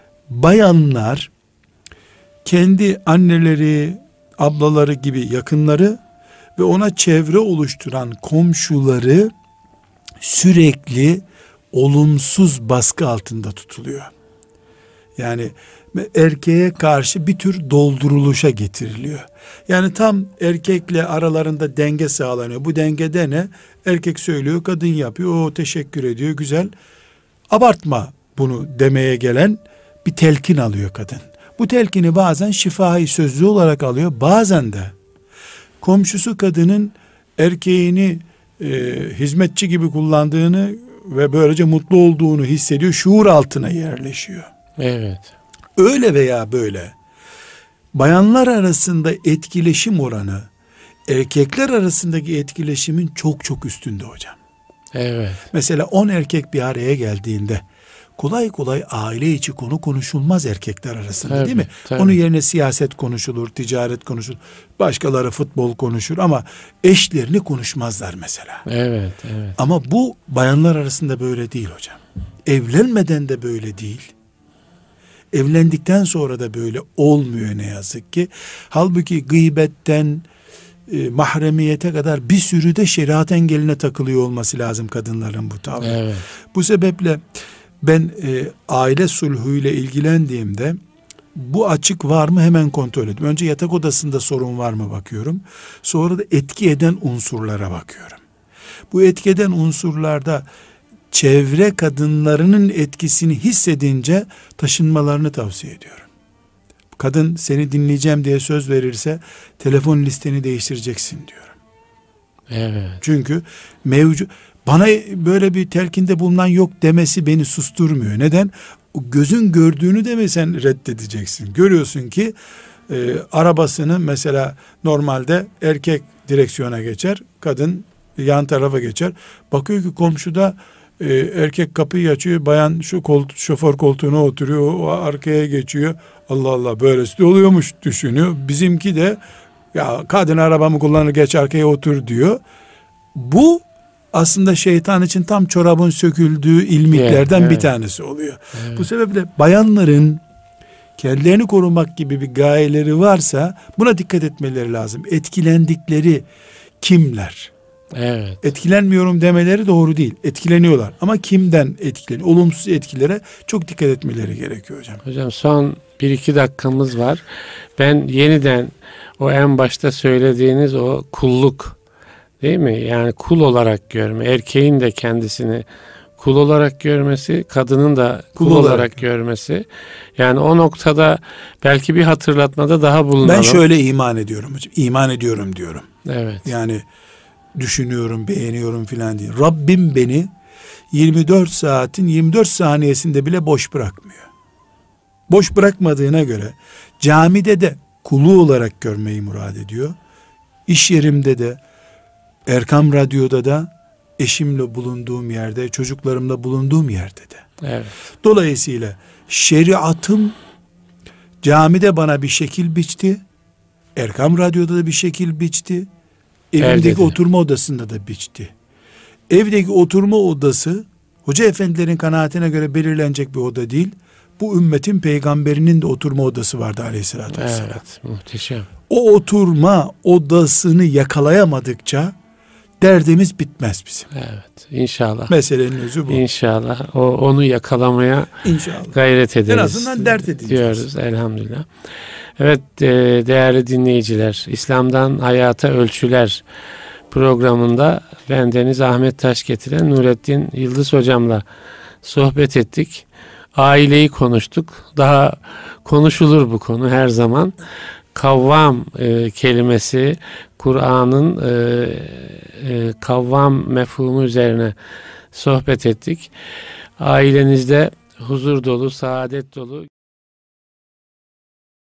bayanlar kendi anneleri, ablaları gibi yakınları ve ona çevre oluşturan komşuları sürekli olumsuz baskı altında tutuluyor. Yani erkeğe karşı bir tür dolduruluşa getiriliyor. Yani tam erkekle aralarında denge sağlanıyor. Bu dengede ne? Erkek söylüyor, kadın yapıyor. O teşekkür ediyor, güzel. Abartma bunu demeye gelen bir telkin alıyor kadın. Bu telkini bazen şifahi sözlü olarak alıyor. Bazen de komşusu kadının erkeğini hizmetçi gibi kullandığını ve böylece mutlu olduğunu hissediyor. Şuur altına yerleşiyor. Evet. Öyle veya böyle bayanlar arasında etkileşim oranı erkekler arasındaki etkileşimin çok çok üstünde hocam. Evet. Mesela 10 erkek bir araya geldiğinde kolay kolay aile içi konu konuşulmaz erkekler arasında, Tabii, değil mi? tabii. Onun yerine siyaset konuşulur, ticaret konuşulur, başkaları futbol konuşur ama eşlerini konuşmazlar mesela. Evet, evet. Ama bu bayanlar arasında böyle değil hocam. Evlenmeden de böyle değil. Evlendikten sonra da böyle olmuyor ne yazık ki. Halbuki gıybetten mahremiyete kadar bir sürü de şeriat engeline takılıyor olması lazım kadınların bu tavrı. Evet. Bu sebeple ben aile sulhuyla ilgilendiğimde bu açık var mı hemen kontrol ediyorum. Önce yatak odasında sorun var mı bakıyorum. Sonra da etki eden unsurlara bakıyorum. Bu etki eden unsurlarda çevre kadınlarının etkisini hissedince taşınmalarını tavsiye ediyorum. Kadın seni dinleyeceğim diye söz verirse telefon listeni değiştireceksin diyorum. Evet. Çünkü bana böyle bir telkinde bulunan yok demesi beni susturmuyor. Neden? O gözün gördüğünü de mi sen reddedeceksin? Görüyorsun ki arabasını mesela normalde erkek direksiyona geçer, kadın yan tarafa geçer. Bakıyor ki komşuda erkek kapıyı açıyor, bayan şoför koltuğuna oturuyor, o arkaya geçiyor. Allah Allah, böylesi de oluyormuş düşünüyor. Bizimki de ya kadın arabamı kullanır geç arkaya otur diyor. Bu aslında şeytan için tam çorabın söküldüğü ilmiklerden bir tanesi oluyor. Evet. Bu sebeple bayanların kendilerini korumak gibi bir gayeleri varsa buna dikkat etmeleri lazım. Etkilendikleri kimler? Evet. Etkilenmiyorum demeleri doğru değil. Etkileniyorlar. Ama kimden etkileniyor? Olumsuz etkilere çok dikkat etmeleri gerekiyor hocam. Hocam son 1-2 dakikamız var. Ben yeniden o en başta söylediğiniz o kulluk, değil mi? Yani kul olarak görme. Erkeğin de kendisini kul olarak görmesi, kadının da kul olarak görmesi. Yani o noktada belki bir hatırlatmada daha bulunalım. Ben şöyle iman ediyorum hocam. İman ediyorum diyorum. Evet. Yani düşünüyorum, beğeniyorum filan diye. Rabbim beni 24 saatin 24 saniyesinde bile boş bırakmıyor. Boş bırakmadığına göre camide de kulu olarak görmeyi murad ediyor. İş yerimde de, Erkam Radyo'da da, eşimle bulunduğum yerde, çocuklarımla bulunduğum yerde de. Evet. Dolayısıyla şeriatım camide bana bir şekil biçti. Erkam Radyo'da da bir şekil biçti. Evimdeki oturma odasında da biçti. Evdeki oturma odası hoca efendilerin kanaatine göre belirlenecek bir oda değil. Bu ümmetin peygamberinin de oturma odası vardı aleyhissalatü vesselam. Evet, muhteşem. O oturma odasını yakalayamadıkça derdimiz bitmez bizim. Evet, inşallah. Meselenin özü bu. İnşallah onu yakalamaya gayret ederiz. En azından dert edeceğiz. Diyoruz elhamdülillah. Evet, değerli dinleyiciler, İslam'dan Hayata Ölçüler programında bendeniz Ahmet Taş getiren Nurettin Yıldız hocamla sohbet ettik. Aileyi konuştuk. Daha konuşulur bu konu her zaman. Kavvam kelimesi Kur'an'ın kavvam mefhumu üzerine sohbet ettik. Ailenizde huzur dolu, saadet dolu